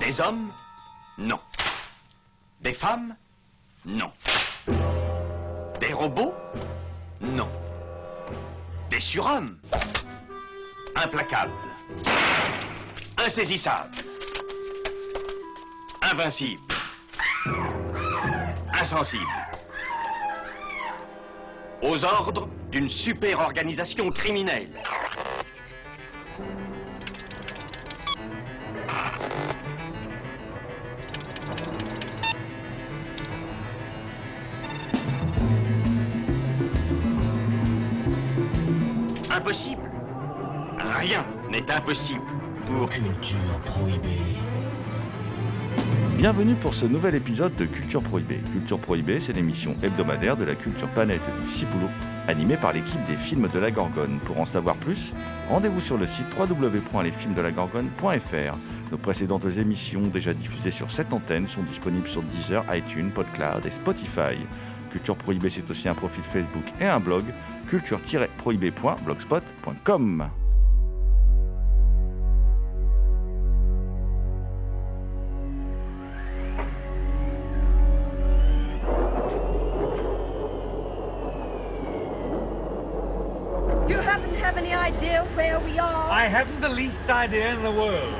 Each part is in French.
Des hommes? Non. Des femmes? Non. Des robots? Non. Des surhommes? Implacables. Insaisissables. Invincibles. Insensibles. Aux ordres d'une super organisation criminelle. Impossible. Rien n'est impossible pour... Culture Prohibée. Bienvenue pour ce nouvel épisode de Culture Prohibée. Culture Prohibée, c'est l'émission hebdomadaire de la culture planète du Ciboulot, animée par l'équipe des films de la Gorgone. Pour en savoir plus, rendez-vous sur le site www.lesfilmsdelagorgone.fr. Nos précédentes émissions, déjà diffusées sur cette antenne, sont disponibles sur Deezer, iTunes, PodCloud et Spotify. Culture Prohibée, c'est aussi un profil Facebook et un blog, culture-prohibée.blogspot.com. Do you happen to have any idea where we are? I haven't the least idea in the world.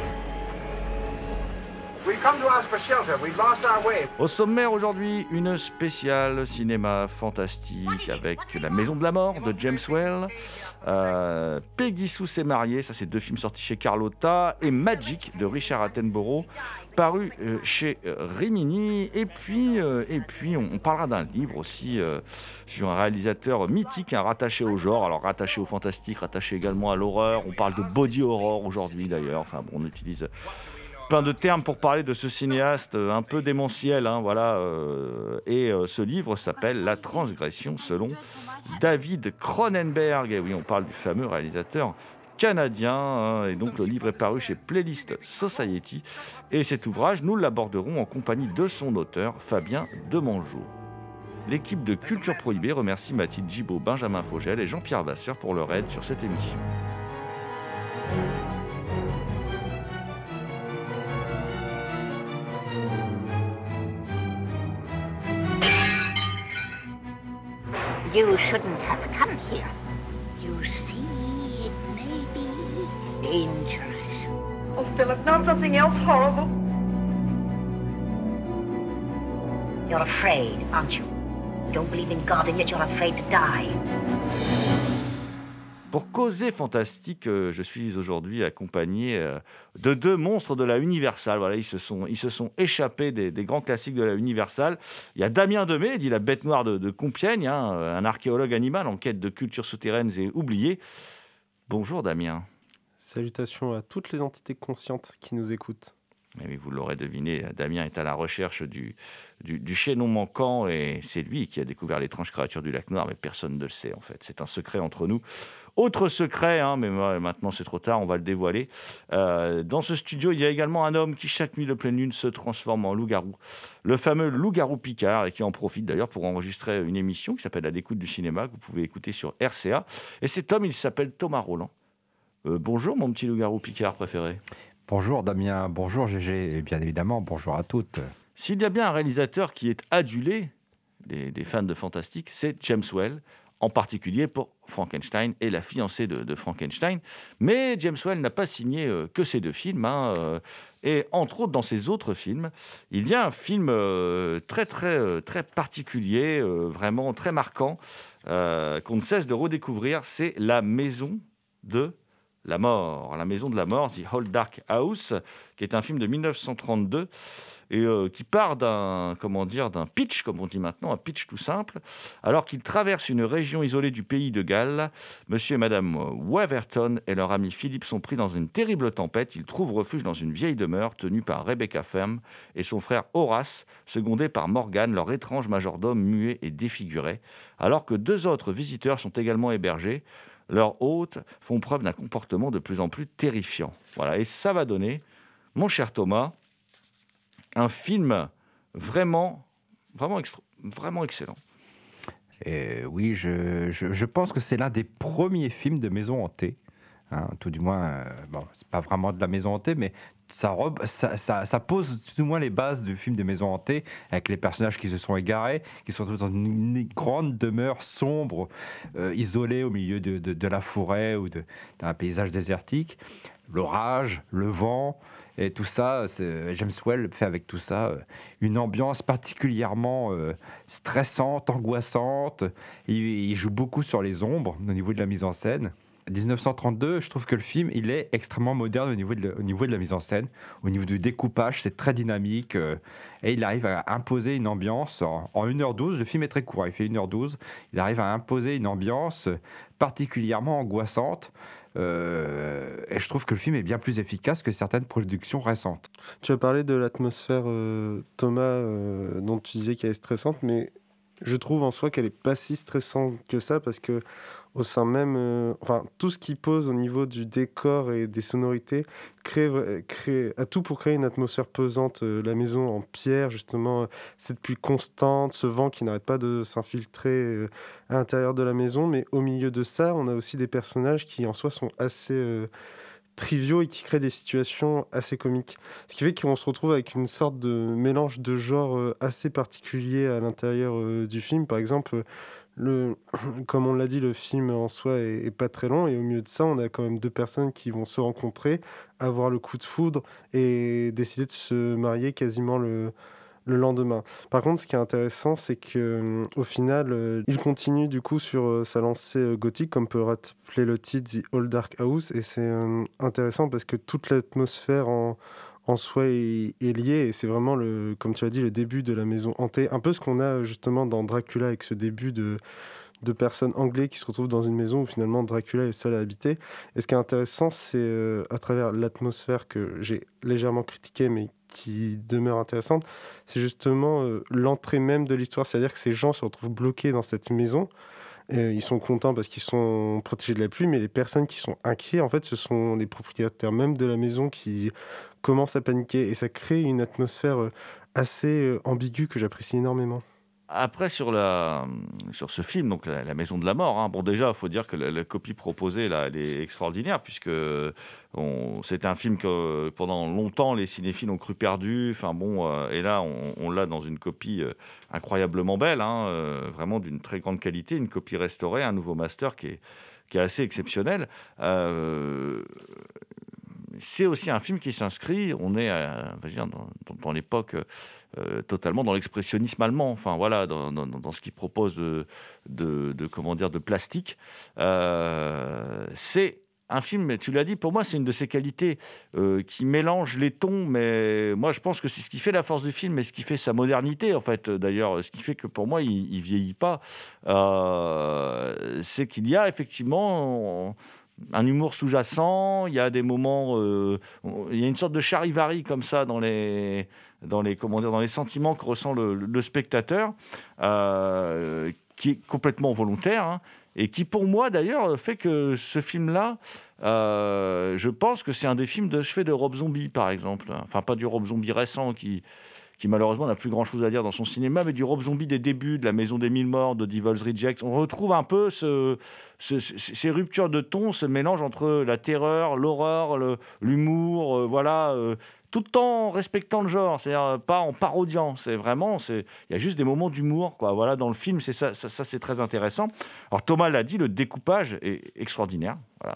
We've come to ask for shelter. We've lost our way. Au sommaire aujourd'hui, une spéciale cinéma fantastique avec La Maison de la Mort de James Whale, Peggy Sue s'est mariée, ça c'est deux films sortis chez Carlotta, et Magic de Richard Attenborough, paru chez Rimini. Et puis on parlera d'un livre aussi sur un réalisateur mythique, rattaché au genre, alors rattaché au fantastique, rattaché également à l'horreur. On parle de body horror aujourd'hui d'ailleurs, enfin bon, on utilise plein de termes pour parler de ce cinéaste un peu démentiel, voilà. Ce livre s'appelle La transgression selon David Cronenberg. Et oui, on parle du fameux réalisateur canadien, et donc le livre est paru chez Playlist Society. Et cet ouvrage, nous l'aborderons en compagnie de son auteur, Fabien Demangeau. L'équipe de Culture Prohibée remercie Mathilde Gibaud, Benjamin Fogel et Jean-Pierre Vasseur pour leur aide sur cette émission. You shouldn't have come here. You see, it may be dangerous. Oh, Philip, not something else horrible. You're afraid, aren't you? You don't believe in God, and yet you're afraid to die. Pour causer fantastique, je suis aujourd'hui accompagné de deux monstres de la Universal. Voilà, ils se sont échappés des grands classiques de la Universal. Il y a Damien Demey, dit la bête noire de Compiègne, un archéologue animal en quête de cultures souterraines et oubliées. Bonjour Damien. Salutations à toutes les entités conscientes qui nous écoutent. Et oui, vous l'aurez deviné, Damien est à la recherche du chaînon manquant, et c'est lui qui a découvert l'étrange créature du lac Noir, mais personne ne le sait en fait. C'est un secret entre nous. Autre secret, mais maintenant c'est trop tard, on va le dévoiler. Dans ce studio, il y a également un homme qui, chaque nuit de pleine lune, se transforme en loup-garou. Le fameux loup-garou Picard, et qui en profite d'ailleurs pour enregistrer une émission qui s'appelle À l'écoute du cinéma, que vous pouvez écouter sur RCA. Et cet homme, il s'appelle Thomas Roland. Bonjour mon petit loup-garou Picard préféré. Bonjour Damien, bonjour Gégé, et bien évidemment bonjour à toutes. S'il y a bien un réalisateur qui est adulé des fans de fantastique, c'est James Whale, en particulier pour Frankenstein et la fiancée de Frankenstein. Mais James Whale n'a pas signé que ces deux films, et entre autres dans ses autres films, il y a un film très particulier, vraiment très marquant, qu'on ne cesse de redécouvrir, c'est La Maison de la Mort. La Maison de la Mort, The Old Dark House, qui est un film de 1932 et qui part d'un pitch, comme on dit maintenant, un pitch tout simple. Alors qu'ils traversent une région isolée du pays de Galles, monsieur et madame Waverton et leur ami Philippe sont pris dans une terrible tempête. Ils trouvent refuge dans une vieille demeure tenue par Rebecca Ferm et son frère Horace, secondé par Morgan, leur étrange majordome muet et défiguré. Alors que deux autres visiteurs sont également hébergés, leurs hôtes font preuve d'un comportement de plus en plus terrifiant. Voilà, et ça va donner, mon cher Thomas, un film vraiment excellent. Oui, je pense que c'est l'un des premiers films de maison hantée hein, tout du moins, bon, c'est pas vraiment de la maison hantée, mais ça pose tout du moins les bases du film des maisons hantées, avec les personnages qui se sont égarés, qui sont tous dans une grande demeure sombre, isolée au milieu de la forêt ou d'un paysage désertique. L'orage, le vent, et tout ça, James Whale fait avec tout ça une ambiance particulièrement stressante, angoissante. Il joue beaucoup sur les ombres au niveau de la mise en scène. 1932, je trouve que le film, il est extrêmement moderne au niveau de la mise en scène, au niveau du découpage, c'est très dynamique, et il arrive à imposer une ambiance en 1h12, le film est très court, il fait 1h12, il arrive à imposer une ambiance particulièrement angoissante, et je trouve que le film est bien plus efficace que certaines productions récentes. Tu as parlé de l'atmosphère, Thomas, dont tu disais qu'elle est stressante, mais je trouve en soi qu'elle n'est pas si stressante que ça, parce que au sein même, tout ce qui pose au niveau du décor et des sonorités a tout pour créer une atmosphère pesante. La maison en pierre, justement, cette pluie constante, ce vent qui n'arrête pas de s'infiltrer à l'intérieur de la maison. Mais au milieu de ça, on a aussi des personnages qui en soi sont assez triviaux et qui créent des situations assez comiques. Ce qui fait qu'on se retrouve avec une sorte de mélange de genres assez particulier à l'intérieur du film. Par exemple, comme on l'a dit, le film en soi est pas très long, et au milieu de ça, on a quand même deux personnes qui vont se rencontrer, avoir le coup de foudre et décider de se marier quasiment le lendemain. Par contre, ce qui est intéressant, c'est que au final, il continue du coup sur sa lancée gothique, comme peut rappeler le titre The Old Dark House, et c'est intéressant parce que toute l'atmosphère en soi est liée, et c'est vraiment, comme tu as dit, le début de la maison hantée, un peu ce qu'on a justement dans Dracula, avec ce début de personnes anglais qui se retrouvent dans une maison où finalement Dracula est seul à habiter. Et ce qui est intéressant, c'est à travers l'atmosphère que j'ai légèrement critiquée, mais qui demeure intéressante, c'est justement l'entrée même de l'histoire, c'est-à-dire que ces gens se retrouvent bloqués dans cette maison. Ils sont contents parce qu'ils sont protégés de la pluie, mais les personnes qui sont inquiets, en fait, ce sont les propriétaires même de la maison qui commencent à paniquer, et ça crée une atmosphère assez ambiguë que j'apprécie énormément. Après, sur ce film, donc la Maison de la Mort, hein, bon, déjà, il faut dire que la copie proposée, là, elle est extraordinaire, puisque c'était un film que pendant longtemps, les cinéphiles ont cru perdu. Enfin bon, et là, on l'a dans une copie incroyablement belle, hein, vraiment d'une très grande qualité, une copie restaurée, un nouveau master qui est assez exceptionnel. C'est aussi un film qui s'inscrit, on est dans l'époque totalement dans l'expressionnisme allemand, enfin voilà, dans ce qu'il propose de plastique. C'est un film, mais tu l'as dit, pour moi c'est une de ses qualités qui mélange les tons, mais moi je pense que c'est ce qui fait la force du film et ce qui fait sa modernité en fait. D'ailleurs, ce qui fait que pour moi il vieillit pas, c'est qu'il y a effectivement un humour sous-jacent, il y a des moments, il y a une sorte de charivari comme ça dans les sentiments que ressent le spectateur, qui est complètement volontaire, hein, et qui pour moi d'ailleurs fait que ce film-là, je pense que c'est un des films de chevet de Rob Zombie par exemple, enfin pas du Rob Zombie récent qui malheureusement n'a plus grand-chose à dire dans son cinéma, mais du Rob Zombie des débuts, de La Maison des Mille Morts, de Devil's Rejects. On retrouve un peu ces ruptures de ton, ce mélange entre la terreur, l'horreur, l'humour, tout en respectant le genre, c'est-à-dire pas en parodiant. C'est vraiment, il y a juste des moments d'humour, quoi. Voilà, dans le film, c'est ça, c'est très intéressant. Alors Thomas l'a dit, le découpage est extraordinaire. Voilà.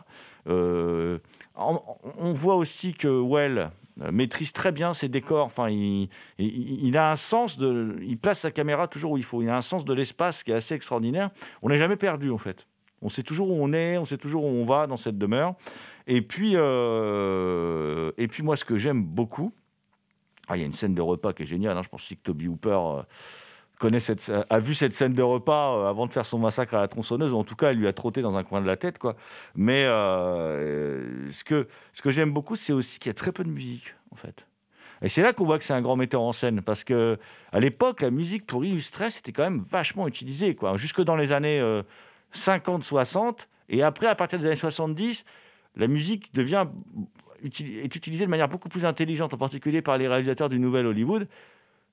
On voit aussi que Whale maîtrise très bien ses décors. Enfin, il a un sens il place sa caméra toujours où il faut. Il a un sens de l'espace qui est assez extraordinaire. On n'est jamais perdu en fait. On sait toujours où on est, on sait toujours où on va dans cette demeure. Et puis moi, ce que j'aime beaucoup, il y a une scène de repas qui est géniale. Hein, je pense aussi que Toby Hooper a vu cette scène de repas avant de faire son massacre à la tronçonneuse, ou en tout cas, elle lui a trotté dans un coin de la tête, quoi. Mais ce que j'aime beaucoup, c'est aussi qu'il y a très peu de musique, en fait. Et c'est là qu'on voit que c'est un grand metteur en scène, parce qu'à l'époque, la musique pour illustrer, c'était quand même vachement utilisé, quoi. Jusque dans les années 50, 60, et après, à partir des années 70, la musique est utilisée de manière beaucoup plus intelligente, en particulier par les réalisateurs du Nouvel Hollywood,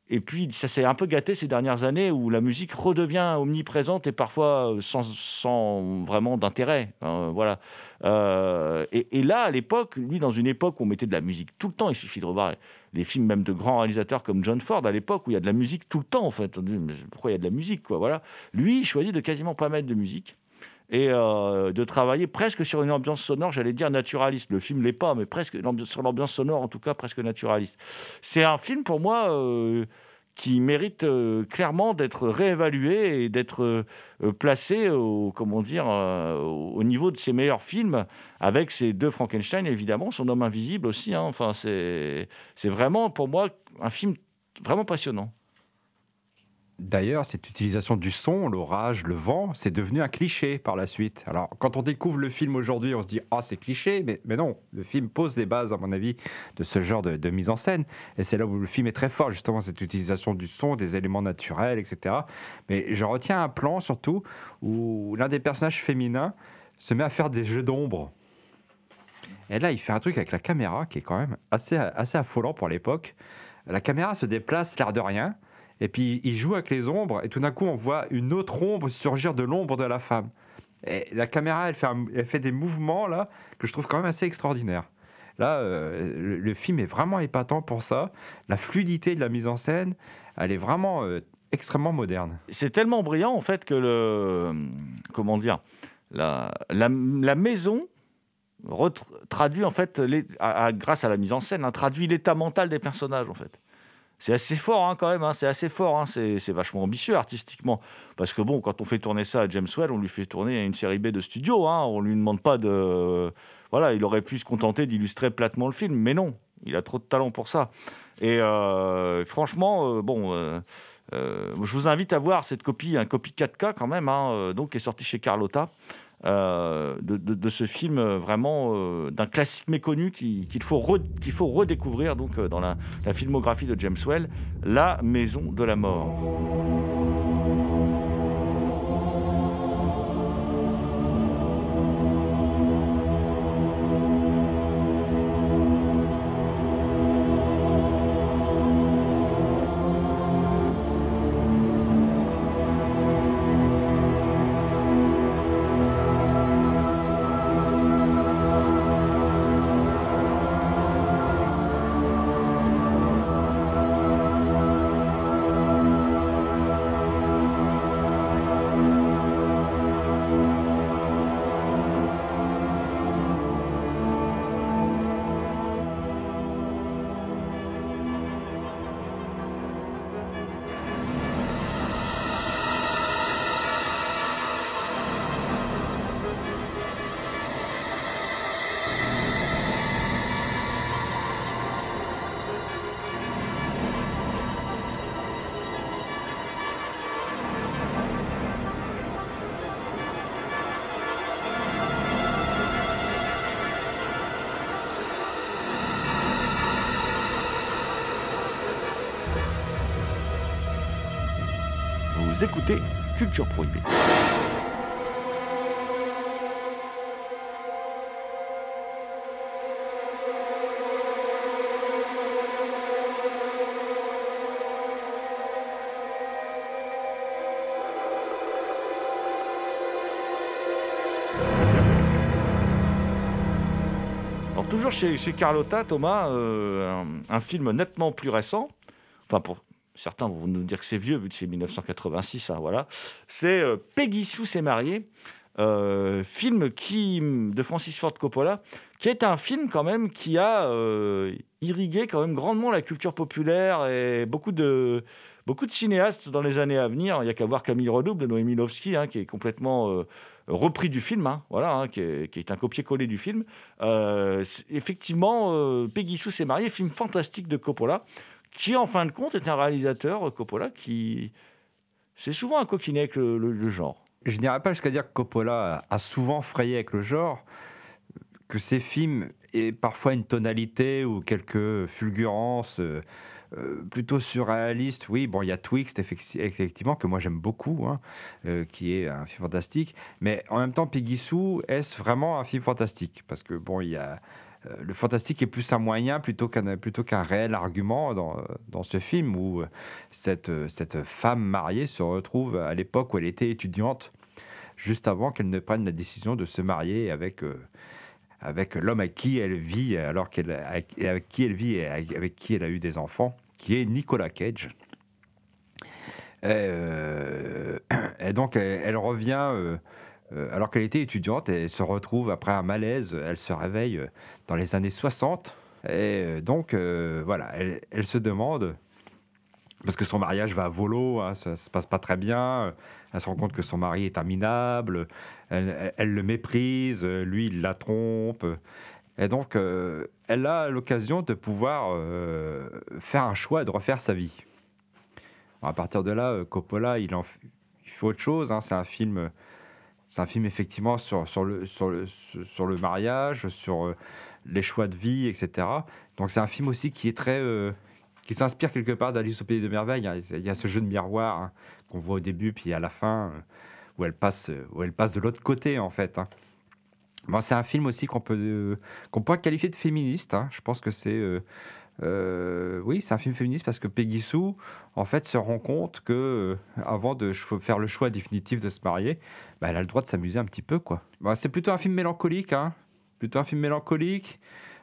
Et puis, ça s'est un peu gâté ces dernières années où la musique redevient omniprésente et parfois sans vraiment d'intérêt. Voilà. Et là, à l'époque, lui, dans une époque où on mettait de la musique tout le temps, il suffit de revoir les films même de grands réalisateurs comme John Ford à l'époque où il y a de la musique tout le temps, en fait. On dit, mais pourquoi il y a de la musique, quoi, voilà. Lui, il choisit de quasiment pas mettre de musique et de travailler presque sur une ambiance sonore, j'allais dire naturaliste. Le film l'est pas, mais presque sur l'ambiance sonore, en tout cas, presque naturaliste. C'est un film, pour moi, qui mérite clairement d'être réévalué et d'être placé au niveau de ses meilleurs films, avec ses 2 Frankenstein, évidemment, son homme invisible aussi. Enfin, c'est vraiment, pour moi, un film vraiment passionnant. D'ailleurs, cette utilisation du son, l'orage, le vent, c'est devenu un cliché par la suite. Alors, quand on découvre le film aujourd'hui, on se dit « Ah, c'est cliché », mais non, le film pose les bases, à mon avis, de ce genre de mise en scène. Et c'est là où le film est très fort, justement, cette utilisation du son, des éléments naturels, etc. Mais je retiens un plan, surtout, où l'un des personnages féminins se met à faire des jeux d'ombre. Et là, il fait un truc avec la caméra qui est quand même assez affolant pour l'époque. La caméra se déplace, l'air de rien. Et puis, il joue avec les ombres, et tout d'un coup, on voit une autre ombre surgir de l'ombre de la femme. Et la caméra, elle fait des mouvements, là, que je trouve quand même assez extraordinaires. Là, le film est vraiment épatant pour ça. La fluidité de la mise en scène, elle est vraiment extrêmement moderne. C'est tellement brillant, en fait, que la maison traduit, en fait, grâce à la mise en scène, traduit l'état mental des personnages, en fait. C'est assez fort, quand même. C'est assez fort. C'est vachement ambitieux artistiquement. Parce que, bon, quand on fait tourner ça à James Whale, on lui fait tourner une série B de studio. On ne lui demande pas de... Voilà, il aurait pu se contenter d'illustrer platement le film. Mais non, il a trop de talent pour ça. Et franchement, je vous invite à voir cette copie, un copie 4K quand même, donc, qui est sorti chez Carlotta. De ce film vraiment d'un classique méconnu qu'il faut redécouvrir donc, dans la filmographie de James Whale, La Maison de la Mort. Vous écoutez Culture Prohibée. Alors, toujours chez Carlotta, Thomas, un film nettement plus récent, enfin pour certains vont nous dire que c'est vieux vu que c'est 1986, voilà. C'est Peggy Sue s'est mariée, film de Francis Ford Coppola, qui est un film quand même qui a irrigué quand même grandement la culture populaire et beaucoup de cinéastes dans les années à venir. Il n'y a qu'à voir Camille Redouble de Noémie Lovski, qui est complètement repris du film, qui est un copier-coller du film. Effectivement, Peggy Sue s'est mariée, film fantastique de Coppola, qui en fin de compte est un réalisateur, Coppola, qui c'est souvent un coquinet avec le genre. Je n'irai pas jusqu'à dire que Coppola a souvent frayé avec le genre, que ses films aient parfois une tonalité ou quelques fulgurances plutôt surréalistes. Oui, bon, il y a Twixt, effectivement, que moi j'aime beaucoup, qui est un film fantastique. Mais en même temps, Peggy Sue, est-ce vraiment un film fantastique ? Parce que, bon, il y a le fantastique est plus un moyen plutôt qu'un réel argument dans ce film où cette femme mariée se retrouve à l'époque où elle était étudiante, juste avant qu'elle ne prenne la décision de se marier avec l'homme avec qui elle vit, avec qui elle vit et avec qui elle a eu des enfants, qui est Nicolas Cage. Et donc, elle revient, alors qu'elle était étudiante, et elle se retrouve après un malaise, elle se réveille dans les années 60. Et donc, voilà, elle se demande, parce que son mariage va à volo, hein, ça ne se passe pas très bien, elle se rend compte que son mari est un minable, elle le méprise, lui, il la trompe. Et donc, elle a l'occasion de pouvoir faire un choix et de refaire sa vie. À partir de là, Coppola, il fait autre chose. Hein. C'est un film effectivement sur le mariage, sur les choix de vie, etc. Donc c'est un film aussi qui est qui s'inspire quelque part d'Alice au Pays des Merveilles. Il y a ce jeu de miroir, hein, qu'on voit au début, puis à la fin, où elle passe de l'autre côté, en fait. Hein. Bon, c'est un film aussi qu'on pourrait qualifier de féministe. Hein. Je pense que c'est... oui, c'est un film féministe parce que Peggy Sue, en fait, se rend compte que avant de faire le choix définitif de se marier, elle a le droit de s'amuser un petit peu, quoi. C'est plutôt un film mélancolique, hein. Plutôt un film mélancolique.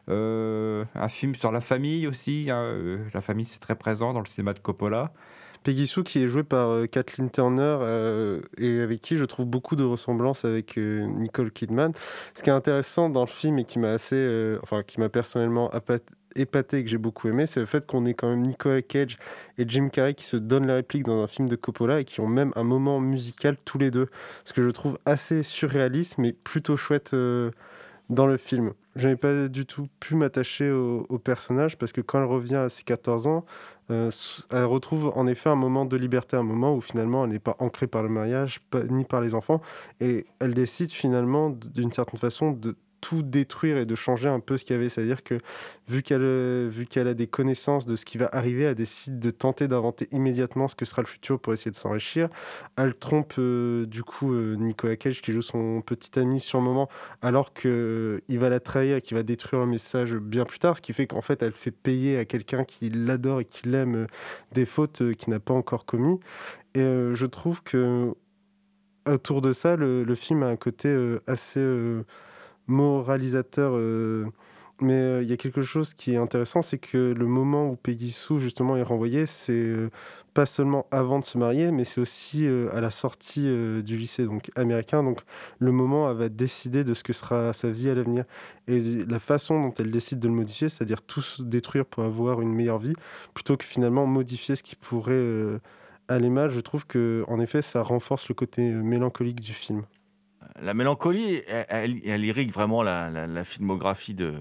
Un film sur la famille aussi. Hein. La famille, c'est très présent dans le cinéma de Coppola. Peggy Sue qui est jouée par Kathleen Turner et avec qui je trouve beaucoup de ressemblances avec Nicole Kidman. Ce qui est intéressant dans le film et qui m'a personnellement épaté et que j'ai beaucoup aimé, c'est le fait qu'on ait quand même Nicolas Cage et Jim Carrey qui se donnent la réplique dans un film de Coppola et qui ont même un moment musical tous les deux. Ce que je trouve assez surréaliste mais plutôt chouette dans le film. Je n'avais pas du tout pu m'attacher au personnage parce que quand elle revient à ses 14 ans, elle retrouve en effet un moment de liberté, un moment où finalement elle n'est pas ancrée par le mariage ni par les enfants et elle décide finalement d'une certaine façon de tout détruire et de changer un peu ce qu'il y avait. C'est-à-dire que vu qu'elle a des connaissances de ce qui va arriver, elle décide de tenter d'inventer immédiatement ce que sera le futur pour essayer de s'enrichir. Elle trompe Nicolas Cage qui joue son petit ami sur le moment alors qu'il va la trahir et qu'il va détruire le message bien plus tard, ce qui fait qu'en fait elle fait payer à quelqu'un qui l'adore et qui l'aime des fautes qu'il n'a pas encore commis. Et je trouve que autour de ça, le film a un côté assez... moralisateur, mais il y a quelque chose qui est intéressant, c'est que le moment où Peggy Sue justement est renvoyée, c'est pas seulement avant de se marier, mais c'est aussi à la sortie du lycée donc américain, donc le moment où elle va décider de ce que sera sa vie à l'avenir et la façon dont elle décide de le modifier, c'est-à-dire tout se détruire pour avoir une meilleure vie, plutôt que finalement modifier ce qui pourrait aller mal. Je trouve que en effet ça renforce le côté mélancolique du film. La mélancolie, elle irrigue vraiment la filmographie de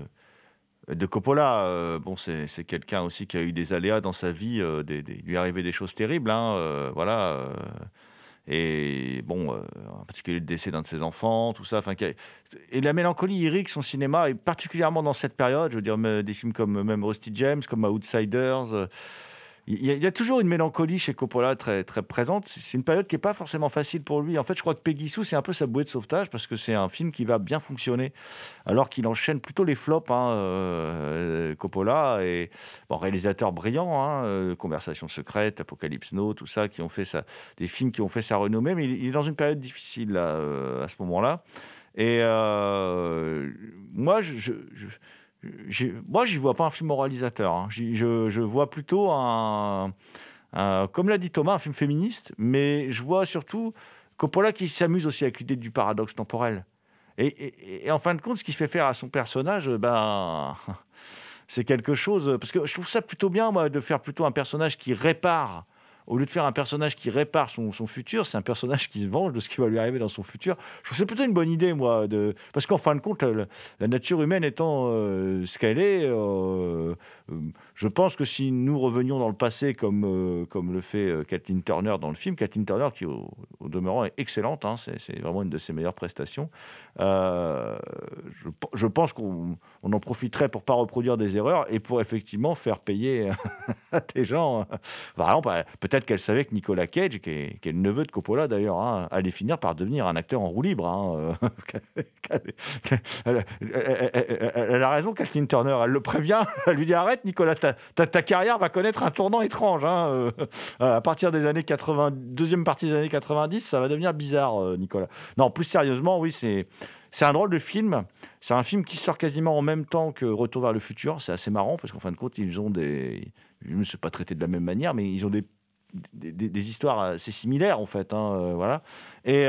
Coppola. Bon, c'est quelqu'un aussi qui a eu des aléas dans sa vie. Il lui est arrivé des choses terribles. Hein, voilà. Et bon, en particulier le décès d'un de ses enfants, tout ça. Et la mélancolie irrigue son cinéma, et particulièrement dans cette période. Je veux dire, des films comme même Rusty James, comme Outsiders. Il y a toujours une mélancolie chez Coppola très, très présente. C'est une période qui n'est pas forcément facile pour lui. En fait, je crois que Peggy Sue, c'est un peu sa bouée de sauvetage parce que c'est un film qui va bien fonctionner alors qu'il enchaîne plutôt les flops, hein, Coppola. Et bon, réalisateur brillant, hein, Conversations secrètes, Apocalypse Now, tout ça, des films qui ont fait sa renommée. Mais il est dans une période difficile là, à ce moment-là. Et moi, j'y vois pas un film moralisateur. Hein. Je vois plutôt comme l'a dit Thomas, un film féministe, mais je vois surtout Coppola qui s'amuse aussi avec l'idée du paradoxe temporel. Et en fin de compte, ce qu'il fait faire à son personnage, c'est quelque chose... Parce que je trouve ça plutôt bien, moi, de faire plutôt un personnage qui répare. Au lieu de faire un personnage qui répare son futur, c'est un personnage qui se venge de ce qui va lui arriver dans son futur. Je trouve que c'est plutôt une bonne idée, moi. Parce qu'en fin de compte, la nature humaine étant ce qu'elle est, je pense que si nous revenions dans le passé, comme le fait Kathleen Turner dans le film, Kathleen Turner qui, au demeurant, est excellente. Hein, c'est vraiment une de ses meilleures prestations. Je pense qu'on en profiterait pour ne pas reproduire des erreurs et pour effectivement faire payer à des gens. Par exemple, peut-être qu'elle savait que Nicolas Cage, qui est le neveu de Coppola d'ailleurs, hein, allait finir par devenir un acteur en roue libre. Hein. Elle a raison, Kathleen Turner. Elle le prévient. Elle lui dit arrête, Nicolas, ta carrière va connaître un tournant étrange. Hein. À partir des années 80, deuxième partie des années 90, ça va devenir bizarre, Nicolas. Non, plus sérieusement, oui, c'est un drôle de film. C'est un film qui sort quasiment en même temps que Retour vers le futur. C'est assez marrant parce qu'en fin de compte, ils ont ne sont pas traités de la même manière, mais ils ont des histoires assez similaires en fait. Hein, voilà. Et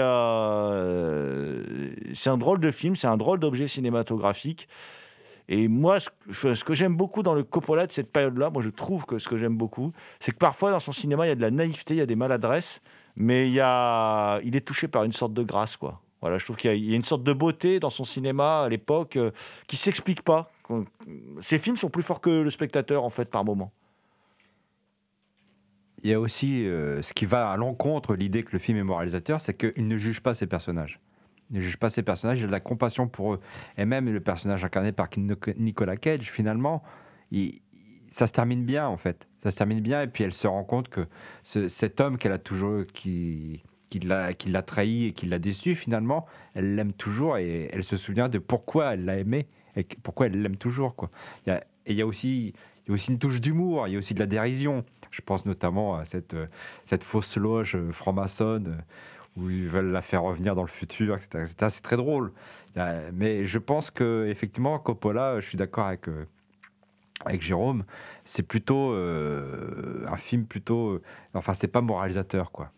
c'est un drôle de film, c'est un drôle d'objet cinématographique. Et moi, ce que j'aime beaucoup dans le Coppola de cette période-là, moi je trouve que ce que j'aime beaucoup, c'est que parfois dans son cinéma, il y a de la naïveté, il y a des maladresses, mais il est touché par une sorte de grâce, quoi. Voilà, je trouve qu'il y a une sorte de beauté dans son cinéma à l'époque qui ne s'explique pas. Ces films sont plus forts que le spectateur, en fait, par moment. Il y a aussi ce qui va à l'encontre de l'idée que le film est moralisateur, c'est qu'il ne juge pas ses personnages. Il ne juge pas ses personnages, il a de la compassion pour eux. Et même le personnage incarné par Nicolas Cage, finalement, ça se termine bien, en fait. Ça se termine bien, et puis elle se rend compte que cet homme qu'elle a toujours... qui l'a trahi et qui l'a déçu, finalement, elle l'aime toujours et elle se souvient de pourquoi elle l'a aimé et pourquoi elle l'aime toujours, quoi. Il y a aussi une touche d'humour, il y a aussi de la dérision. Je pense notamment à cette fausse loge franc-maçonne où ils veulent la faire revenir dans le futur, etc. C'est très drôle. Mais je pense qu'effectivement, Coppola, je suis d'accord avec Jérôme, c'est plutôt un film plutôt... enfin, c'est pas moralisateur, quoi.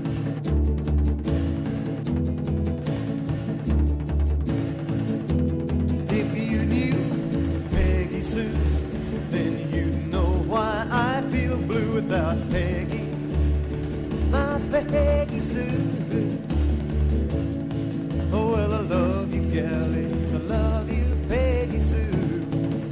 Without Peggy, my Peggy Sue. Oh, well, I love you, galleys, I love you, Peggy Sue.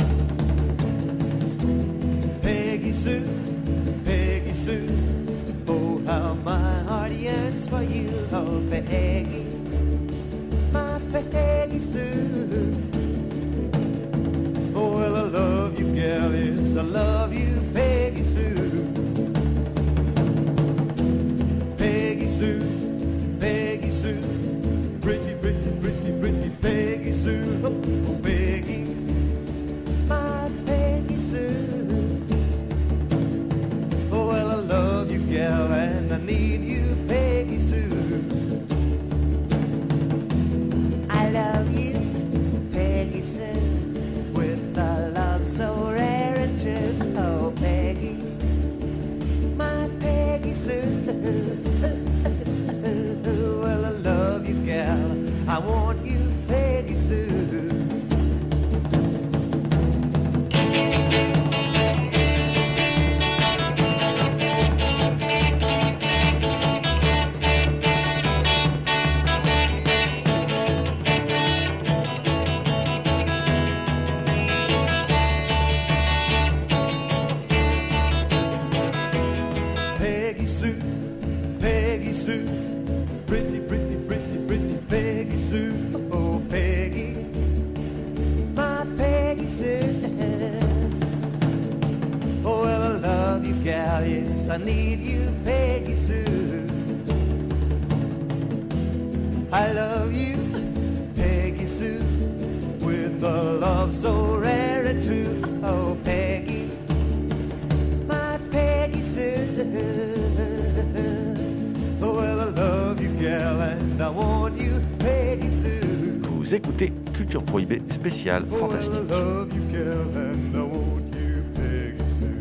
Peggy Sue, Peggy Sue. Oh, how my heart yearns for you, oh, Peggy, my Peggy Sue. Oh, well, I love you, galleys, I love you, Peggy Sue. Peggy Sue, pretty, pretty, pretty, pretty Peggy Sue, oh, oh Peggy, my Peggy Sue. Oh, well, I love you, gal, and I need you, Peggy Sue. I love you, Peggy Sue, with a love so rare and true, oh Peggy, my Peggy Sue. I want you, Peggy Sue. Peggy Sue, Peggy Sue, pretty, pretty, pretty, pretty Peggy Sue, oh Peggy, my Peggy Sue. Oh, well, I love you, gal, yes, I need you, Peggy Sue. I love you, Peggy Sue, with a love so rare and true, oh Peggy, my Peggy Sue. Oh, well, I love you, gal, and I want you, Peggy Sue. Vous écoutez Culture Prohibée spéciale fantastique. Oh, well, I love you, gal, and I want you, Peggy Sue.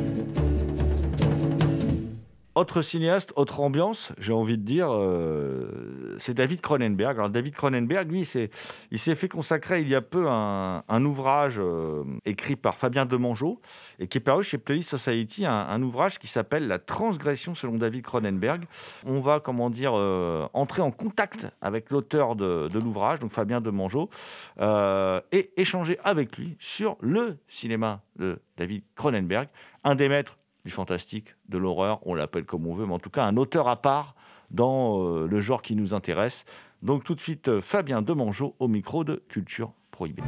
Autre cinéaste, autre ambiance, j'ai envie de dire, c'est David Cronenberg. Alors David Cronenberg, lui, il s'est fait consacrer il y a peu un ouvrage écrit par Fabien Demangeot et qui est paru chez Playlist Society, un ouvrage qui s'appelle « La transgression selon David Cronenberg ». On va, entrer en contact avec l'auteur de l'ouvrage, donc Fabien Demangeot, et échanger avec lui sur le cinéma de David Cronenberg, un des maîtres du fantastique, de l'horreur, on l'appelle comme on veut, mais en tout cas un auteur à part dans le genre qui nous intéresse. Donc tout de suite, Fabien Demangeot au micro de Culture Prohibée.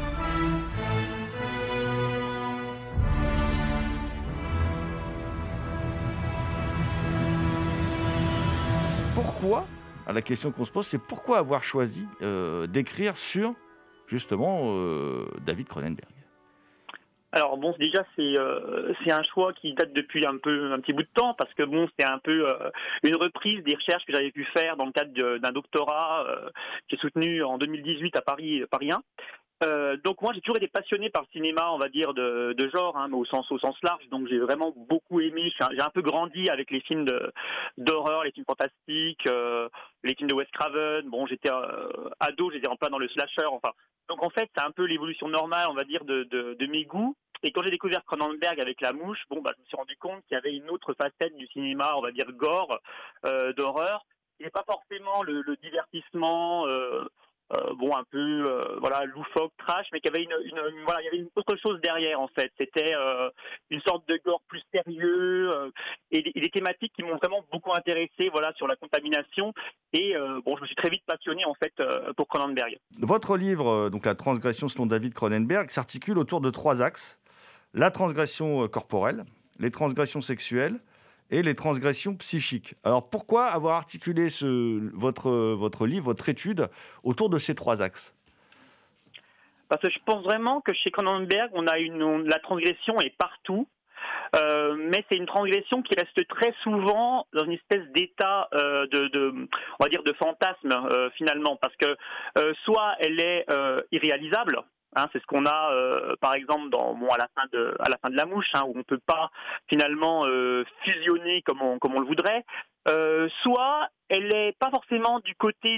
Pourquoi, la question qu'on se pose, c'est pourquoi avoir choisi d'écrire sur, justement, David Cronenberg? Alors bon, déjà c'est un choix qui date depuis un petit bout de temps, parce que bon, c'est un peu une reprise des recherches que j'avais pu faire dans le cadre d'un doctorat que j'ai soutenu en 2018 à Paris 1. Donc moi j'ai toujours été passionné par le cinéma, on va dire de genre, mais au sens large. Donc j'ai vraiment beaucoup aimé. J'ai un peu grandi avec les films d'horreur, les films fantastiques, les films de Wes Craven. Bon, j'étais ado, j'étais en plein dans le slasher. Enfin, donc en fait c'est un peu l'évolution normale, on va dire, de mes goûts. Et quand j'ai découvert Cronenberg avec La Mouche, je me suis rendu compte qu'il y avait une autre facette du cinéma, on va dire gore, d'horreur. Et pas forcément le divertissement. Un peu loufoque, trash, mais qu'il y avait il y avait une autre chose derrière, en fait. C'était une sorte de gore plus sérieux et des thématiques qui m'ont vraiment beaucoup intéressé, sur la contamination. Et je me suis très vite passionné, en fait, pour Cronenberg. Votre livre, donc La transgression selon David Cronenberg, s'articule autour de 3 axes: la transgression corporelle, les transgressions sexuelles et les transgressions psychiques. Alors pourquoi avoir articulé votre livre, votre étude, autour de ces 3 axes? Parce que je pense vraiment que chez Cronenberg, la transgression est partout, mais c'est une transgression qui reste très souvent dans une espèce d'état on va dire de fantasme finalement, parce que soit elle est irréalisable. C'est ce qu'on a, par exemple, à la fin de La Mouche, où on ne peut pas finalement fusionner comme on le voudrait. Soit elle n'est pas forcément du côté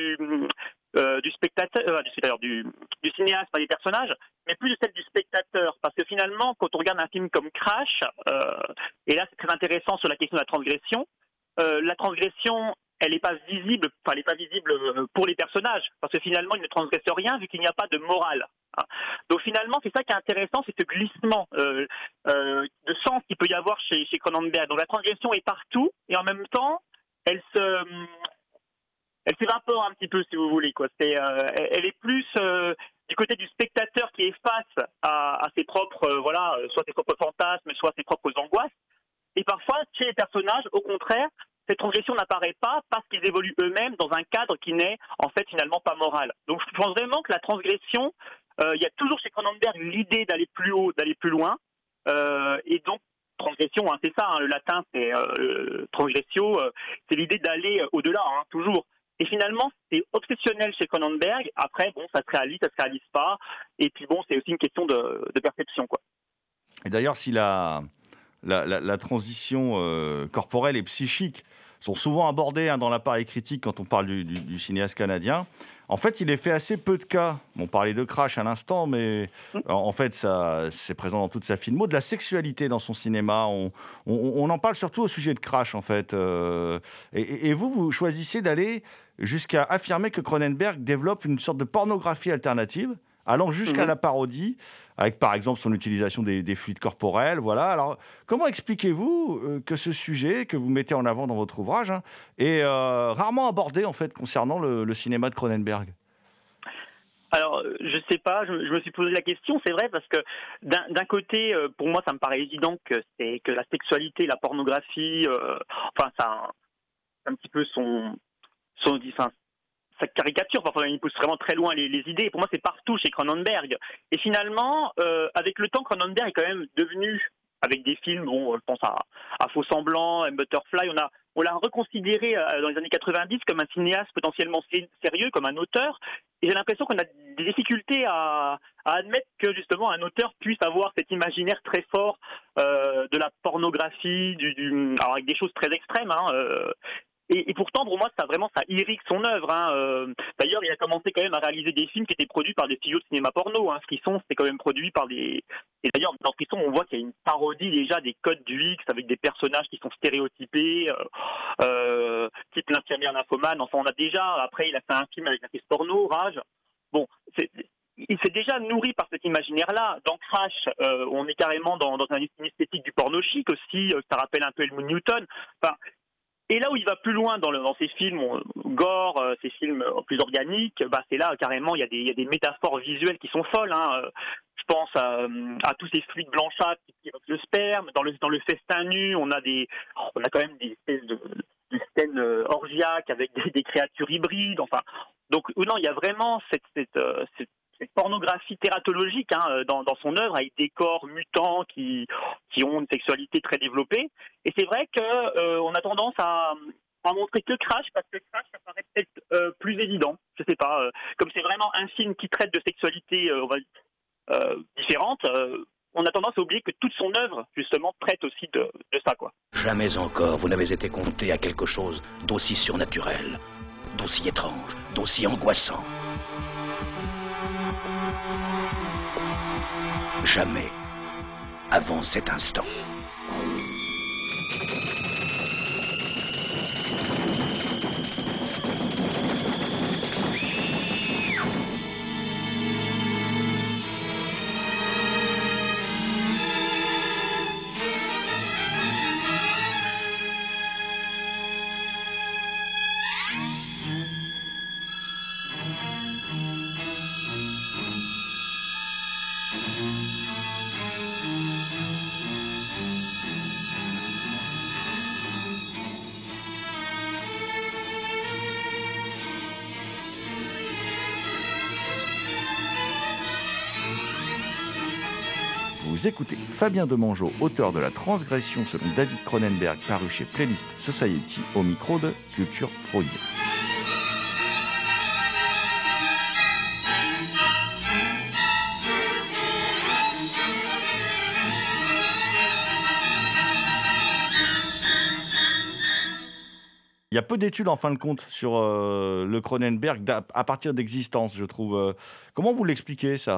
du spectateur, du cinéaste, pas des personnages, mais plus de celle du spectateur. Parce que finalement, quand on regarde un film comme Crash, et là c'est très intéressant sur la question de la transgression, elle n'est pas visible, pour les personnages, parce que finalement ils ne transgressent rien vu qu'il n'y a pas de morale. Donc finalement c'est ça qui est intéressant, c'est ce glissement de sens qu'il peut y avoir chez Cronenberg. Donc la transgression est partout et en même temps elle s'évapore un petit peu, si vous voulez, quoi. Elle est plus du côté du spectateur qui est face à ses propres soit ses propres fantasmes, soit ses propres angoisses. Et parfois chez les personnages, au contraire, cette transgression n'apparaît pas parce qu'ils évoluent eux-mêmes dans un cadre qui n'est en fait finalement pas moral. Donc je pense vraiment que la transgression, il y a toujours chez Cronenberg l'idée d'aller plus haut, d'aller plus loin, et donc transgression, c'est ça, le latin c'est transgressio, c'est l'idée d'aller au-delà, toujours. Et finalement, c'est obsessionnel chez Cronenberg. Après, ça se réalise pas, et puis c'est aussi une question de perception, quoi. Et d'ailleurs, si la transition corporelle et psychique sont souvent abordées dans l'appareil critique quand on parle du cinéaste canadien, en fait, il est fait assez peu de cas. On parlait de Crash à l'instant, mais en fait, ça, c'est présent dans toute sa filmo, de la sexualité dans son cinéma. On en parle surtout au sujet de Crash, en fait. Et vous choisissez d'aller jusqu'à affirmer que Cronenberg développe une sorte de pornographie alternative, allant jusqu'à la parodie, avec par exemple son utilisation des fluides corporels. Voilà. Alors, comment expliquez-vous que ce sujet que vous mettez en avant dans votre ouvrage est rarement abordé en fait concernant le cinéma de Cronenberg? Alors, je sais pas, je me suis posé la question, c'est vrai, parce que d'un côté, pour moi, ça me paraît évident que la sexualité, la pornographie, ça a un petit peu sa caricature, parfois il pousse vraiment très loin les idées. Pour moi, c'est partout chez Cronenberg. Et finalement, avec le temps, Cronenberg est quand même devenu, avec des films, je pense à Faux Semblant, Butterfly, on l'a reconsidéré dans les années 90 comme un cinéaste potentiellement sérieux, comme un auteur. Et j'ai l'impression qu'on a des difficultés à admettre que justement un auteur puisse avoir cet imaginaire très fort de la pornographie, alors avec des choses très extrêmes. Et pourtant, pour moi, ça irrigue son œuvre. D'ailleurs, il a commencé quand même à réaliser des films qui étaient produits par des studios de cinéma porno. Frisson, c'était quand même produit par des... Et d'ailleurs, dans Frisson, on voit qu'il y a une parodie déjà des codes du X avec des personnages qui sont stéréotypés, type l'infirmière nymphomane. Enfin, on a déjà... Après, il a fait un film avec l'actrice porno, Rage. Il s'est déjà nourri par cet imaginaire-là. Dans Crash, on est carrément dans une esthétique du porno chic aussi. Ça rappelle un peu Helmut Newton. Enfin, Et là où il va plus loin dans ses films gore, ses films plus organiques, c'est là carrément il y a des métaphores visuelles qui sont folles. Hein. Je pense à tous ces fluides blanchâtres qui évoquent le sperme. Dans le festin nu, on a quand même des espèces de scènes orgiaques avec des créatures hybrides. Enfin, donc non, il y a vraiment cette pornographie tératologique dans son œuvre, avec des corps mutants qui ont une sexualité très développée. Et c'est vrai que on a tendance à montrer que Crash, parce que Crash, ça paraît peut-être plus évident. Je sais pas. Comme c'est vraiment un film qui traite de sexualité différente, on a tendance à oublier que toute son œuvre, justement, traite aussi de ça, quoi. Jamais encore vous n'avez été confronté à quelque chose d'aussi surnaturel, d'aussi étrange, d'aussi angoissant. Jamais avant cet instant. Vous écoutez Fabien Demangeot, auteur de La Transgression selon David Cronenberg, paru chez Playlist Society, au micro de Culture Prohibée. Il y a peu d'études en fin de compte sur le Cronenberg à partir d'Existence, je trouve. Comment vous l'expliquez, ça ?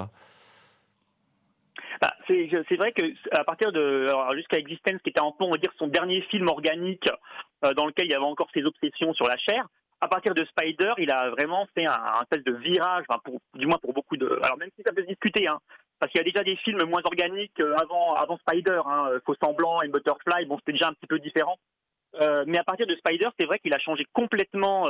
C'est vrai que à partir jusqu'à Existence, qui était on va dire son dernier film organique dans lequel il y avait encore ses obsessions sur la chair, à partir de Spider, il a vraiment fait un espèce de virage, du moins pour beaucoup de. Alors même si ça peut se discuter, parce qu'il y a déjà des films moins organiques avant Spider, Faux Semblant et Butterfly, c'était déjà un petit peu différent. Mais à partir de Spider, c'est vrai qu'il a changé complètement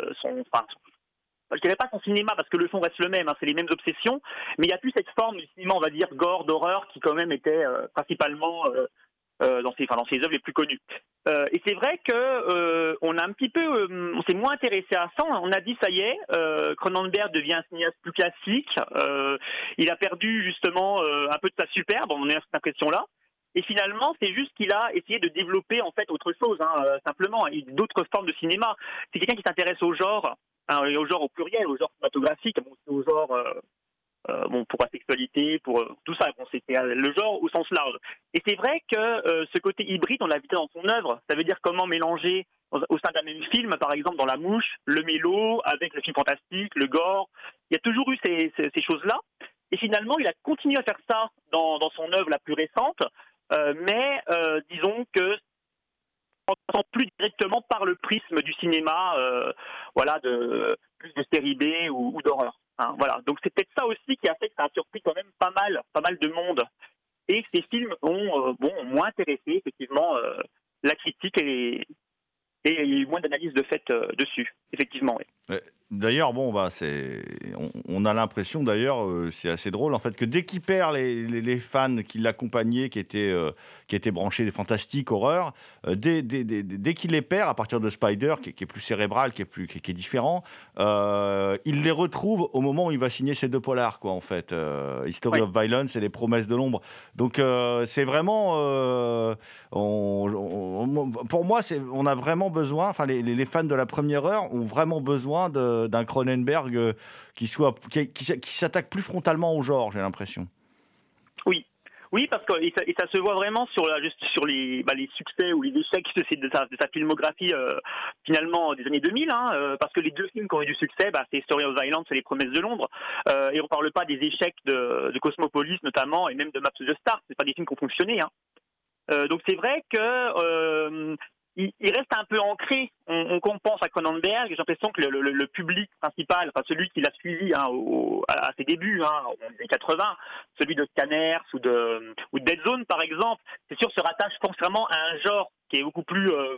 je dirais pas son cinéma, parce que le fond reste le même, c'est les mêmes obsessions, mais il n'y a plus cette forme du cinéma, on va dire, gore, d'horreur, qui quand même était principalement dans ses œuvres les plus connues. Et c'est vrai que on s'est moins intéressé à ça. On a dit, ça y est, Cronenberg devient un cinéaste plus classique. Il a perdu justement un peu de sa superbe, on a cette impression-là. Et finalement, c'est juste qu'il a essayé de développer en fait autre chose, simplement, et d'autres formes de cinéma. C'est quelqu'un qui s'intéresse au genre. Et au genre au pluriel, au genre cinématographique, au genre pour la sexualité, pour tout ça. C'était le genre au sens large. Et c'est vrai que ce côté hybride, on l'a vu dans son œuvre. Ça veut dire comment mélanger au sein d'un même film, par exemple dans La Mouche, le mélo avec le film fantastique, le gore. Il y a toujours eu ces choses-là. Et finalement, il a continué à faire ça dans son œuvre la plus récente, mais disons que en passant plus directement par le prisme du cinéma, plus de série B ou d'horreur. Voilà. Donc c'est peut-être ça aussi qui a fait que ça a surpris quand même pas mal de monde. Et ces films ont moins intéressé effectivement la critique et il y a eu moins d'analyses de fait dessus, effectivement. Oui. D'ailleurs, on a l'impression, c'est assez drôle, en fait, que dès qu'il perd les fans qui l'accompagnaient, qui étaient branchés des fantastiques, horreur, dès qu'il les perd, à partir de Spider, qui est plus cérébral, qui est différent, il les retrouve au moment où il va signer ses 2 polars, quoi, en fait. History of Violence et Les Promesses de l'Ombre. Donc, c'est vraiment... pour moi, on a vraiment besoin, les fans de la première heure ont vraiment besoin d'un Cronenberg qui s'attaque plus frontalement au genre, j'ai l'impression. Oui, parce que ça se voit vraiment sur les succès ou les échecs de sa filmographie finalement des années 2000, parce que les 2 films qui ont eu du succès, c'est Story of Violence et Les Promesses de Londres, et on parle pas des échecs de Cosmopolis notamment, et même de Maps of the Stars, c'est pas des films qui ont fonctionné. Donc c'est vrai que il reste un peu ancré. On pense à Cronenberg, j'ai l'impression que le public principal, celui qui l'a suivi à ses débuts, en années 80, celui de Scanners ou de Dead Zone par exemple, c'est sûr se rattache constamment à un genre qui est beaucoup plus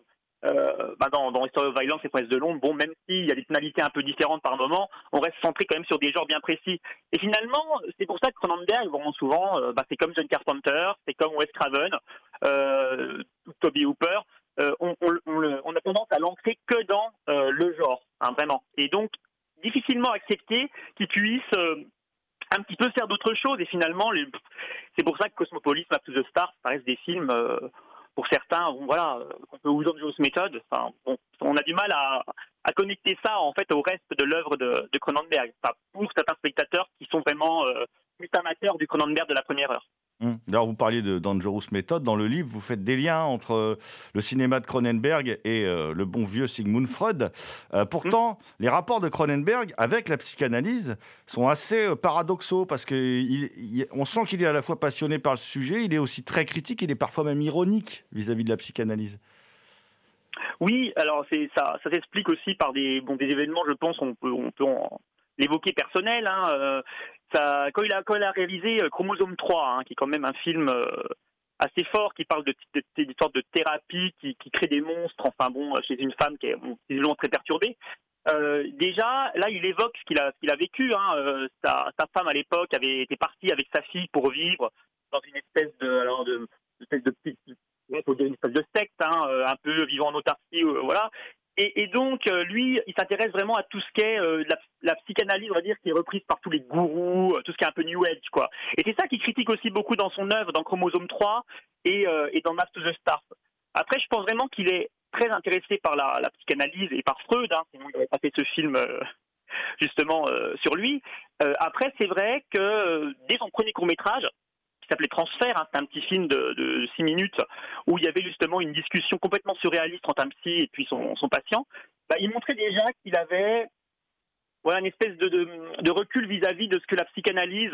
dans History of Violence et Prince de Londres, bon, même s'il y a des tonalités un peu différentes par moment, on reste centré quand même sur des genres bien précis. Et finalement, c'est pour ça que Cronenberg, vraiment souvent, c'est comme John Carpenter, c'est comme Wes Craven, Toby Hooper, on a tendance à l'ancrer que dans le genre, hein, vraiment. Et donc, difficilement accepter qu'il puisse un petit peu faire d'autres choses. Et finalement, c'est pour ça que Cosmopolis, Map to the Stars, ça reste des films, pour certains, qu'on peut Dangerous Method. Enfin, on a du mal à connecter ça en fait au reste de l'œuvre de Cronenberg. Enfin, pour certains spectateurs qui sont vraiment plus amateurs du Cronenberg de la première heure. D'ailleurs, vous parliez de Dangerous Method. Dans le livre, vous faites des liens entre le cinéma de Cronenberg et le bon vieux Sigmund Freud. Pourtant, les rapports de Cronenberg avec la psychanalyse sont assez paradoxaux parce qu'on sent qu'il est à la fois passionné par le sujet, il est aussi très critique, il est parfois même ironique vis-à-vis de la psychanalyse. Oui, alors ça s'explique aussi par des événements, je pense, on peut l'évoquer personnel. Quand il a réalisé Chromosome 3, qui est quand même un film assez fort, qui parle d'une sorte de thérapie qui crée des monstres, chez une femme qui est visiblement très perturbée. Déjà, là, il évoque ce qu'il a vécu. Sa femme, à l'époque, avait été partie avec sa fille pour vivre dans une espèce de secte, un peu vivant en autarcie, voilà. Et donc, lui, il s'intéresse vraiment à tout ce qu'est la psychanalyse, on va dire, qui est reprise par tous les gourous, tout ce qui est un peu New Age, quoi. Et c'est ça qu'il critique aussi beaucoup dans son œuvre, dans Chromosome 3 et dans Map to the Stars. Après, je pense vraiment qu'il est très intéressé par la psychanalyse et par Freud, sinon il n'aurait pas fait ce film justement sur lui. Après, c'est vrai que dès son premier court-métrage, qui s'appelait Transfert, c'est un petit film de 6 minutes où il y avait justement une discussion complètement surréaliste entre un psy et puis son patient. Il montrait déjà qu'il avait une espèce de recul vis-à-vis de ce que la psychanalyse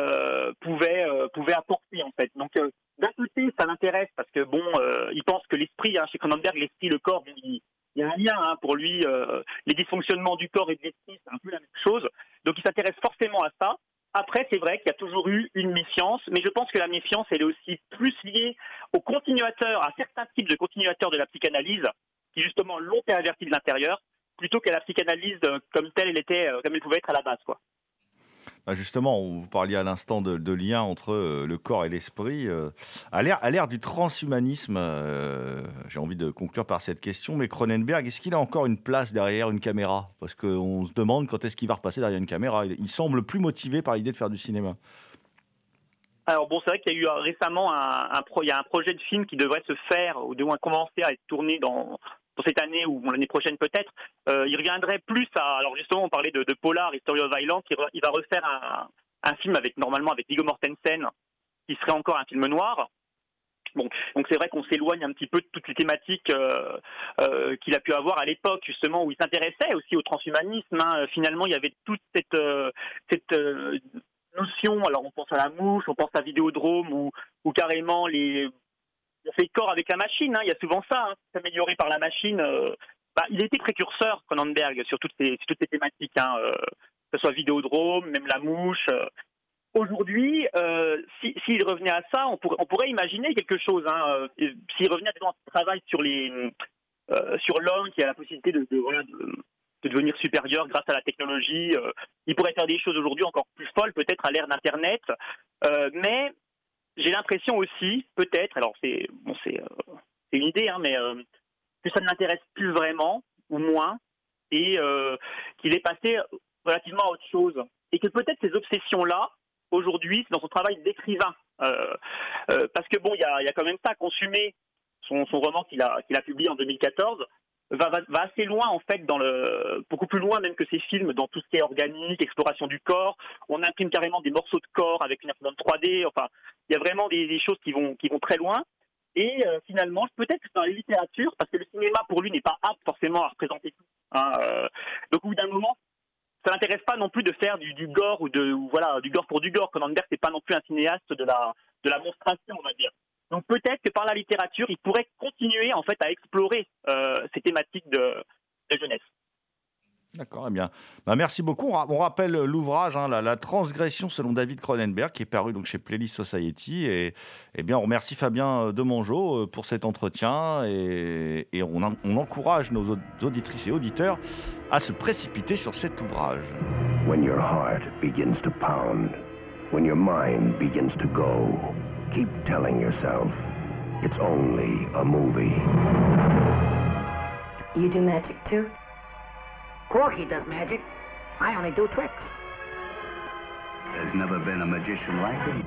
pouvait apporter en fait. Donc d'un côté ça l'intéresse parce que il pense que l'esprit, chez Cronenberg, l'esprit, le corps, il y a un lien pour lui, les dysfonctionnements du corps et de l'esprit, c'est un peu la même chose. Donc il s'intéresse forcément à ça. Après, c'est vrai qu'il y a toujours eu une méfiance, mais je pense que la méfiance, elle est aussi plus liée aux continuateurs, à certains types de continuateurs de la psychanalyse, qui justement l'ont perverti de l'intérieur, plutôt qu'à la psychanalyse comme telle comme elle pouvait être à la base, quoi. Justement, vous parliez à l'instant de lien entre le corps et l'esprit. À l'ère du transhumanisme, j'ai envie de conclure par cette question, mais Cronenberg, est-ce qu'il a encore une place derrière une caméra ? Parce qu'on se demande quand est-ce qu'il va repasser derrière une caméra. Il semble plus motivé par l'idée de faire du cinéma. Alors c'est vrai qu'il y a eu récemment il y a un projet de film qui devrait se faire, ou du moins commencer à être tourné dans cette année ou l'année prochaine peut-être. Il reviendrait plus alors justement on parlait de Polar, History of Violence, il va refaire un film normalement avec Viggo Mortensen, qui serait encore un film noir. Donc c'est vrai qu'on s'éloigne un petit peu de toutes les thématiques qu'il a pu avoir à l'époque, justement, où il s'intéressait aussi au transhumanisme. Finalement, il y avait toute cette notion, alors on pense à la mouche, on pense à Vidéodrome, ou carrément on fait corps avec la machine, il y a souvent ça, s'améliorer par la machine. Il était précurseur, Cronenberg, sur toutes ces thématiques, que ce soit Vidéodrome, même la mouche. Aujourd'hui, s'il revenait à ça, on pourrait imaginer quelque chose. S'il revenait à un travail sur l'homme qui a la possibilité de devenir supérieur grâce à la technologie, il pourrait faire des choses aujourd'hui encore plus folles, peut-être à l'ère d'Internet. Mais j'ai l'impression aussi, peut-être, alors c'est une idée, mais que ça ne l'intéresse plus vraiment, ou moins, et qu'il est passé relativement à autre chose. Et que peut-être ces obsessions-là, aujourd'hui, c'est dans son travail d'écrivain. Parce que il y a quand même ça, Consumé, son roman qu'il a publié en 2014, va assez loin, en fait, beaucoup plus loin même que ses films, dans tout ce qui est organique, exploration du corps. On imprime carrément des morceaux de corps avec une imprimante 3D. Enfin, il y a vraiment des choses qui vont très loin. Et finalement, peut-être que dans la littérature, parce que le cinéma, pour lui, n'est pas apte forcément à représenter tout. Donc, au bout d'un moment, ça n'intéresse pas non plus de faire du gore du gore pour du gore. Cronenberg, c'est pas non plus un cinéaste de la monstration, on va dire. Donc peut-être que par la littérature, il pourrait continuer en fait à explorer ces thématiques de jeunesse. D'accord, eh bien, merci beaucoup. On rappelle l'ouvrage, la transgression selon David Cronenberg, qui est paru donc chez Playlist Society. Et bien, on remercie Fabien Demongeot pour cet entretien et on encourage nos auditrices et auditeurs à se précipiter sur cet ouvrage. When your heart begins to pound, when your mind begins to go, keep telling yourself, it's only a movie. You do magic too? Corky does magic. I only do tricks. There's never been a magician like him.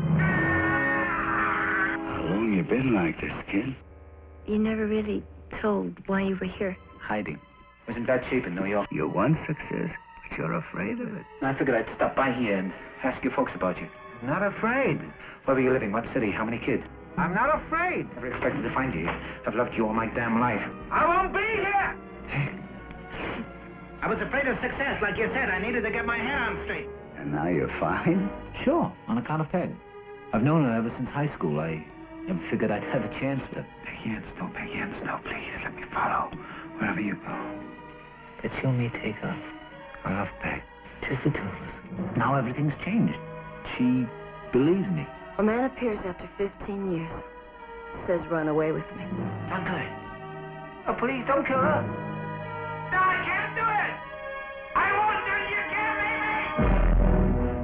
How long you been like this, kid? You never really told why you were here. Hiding. Wasn't that cheap in New York? You want success, but you're afraid of it. I figured I'd stop by here and ask you folks about you. Not afraid. Where were you living? What city? How many kids? I'm not afraid. Never expected to find you. I've loved you all my damn life. I won't be here! I was afraid of success. Like you said, I needed to get my head on straight. And now you're fine? Sure, on account of Peg. I've known her ever since high school. I never figured I'd have a chance with her. Peggy Ann Snow, please, let me follow wherever you go. It's you and me take off. I love Peg. Just the two of us. Now everything's changed. She believes me. A man appears after 15 years. Says run away with me. Don't do it. Oh, please, don't kill her. No, I can't do it! I won't do it! You can't make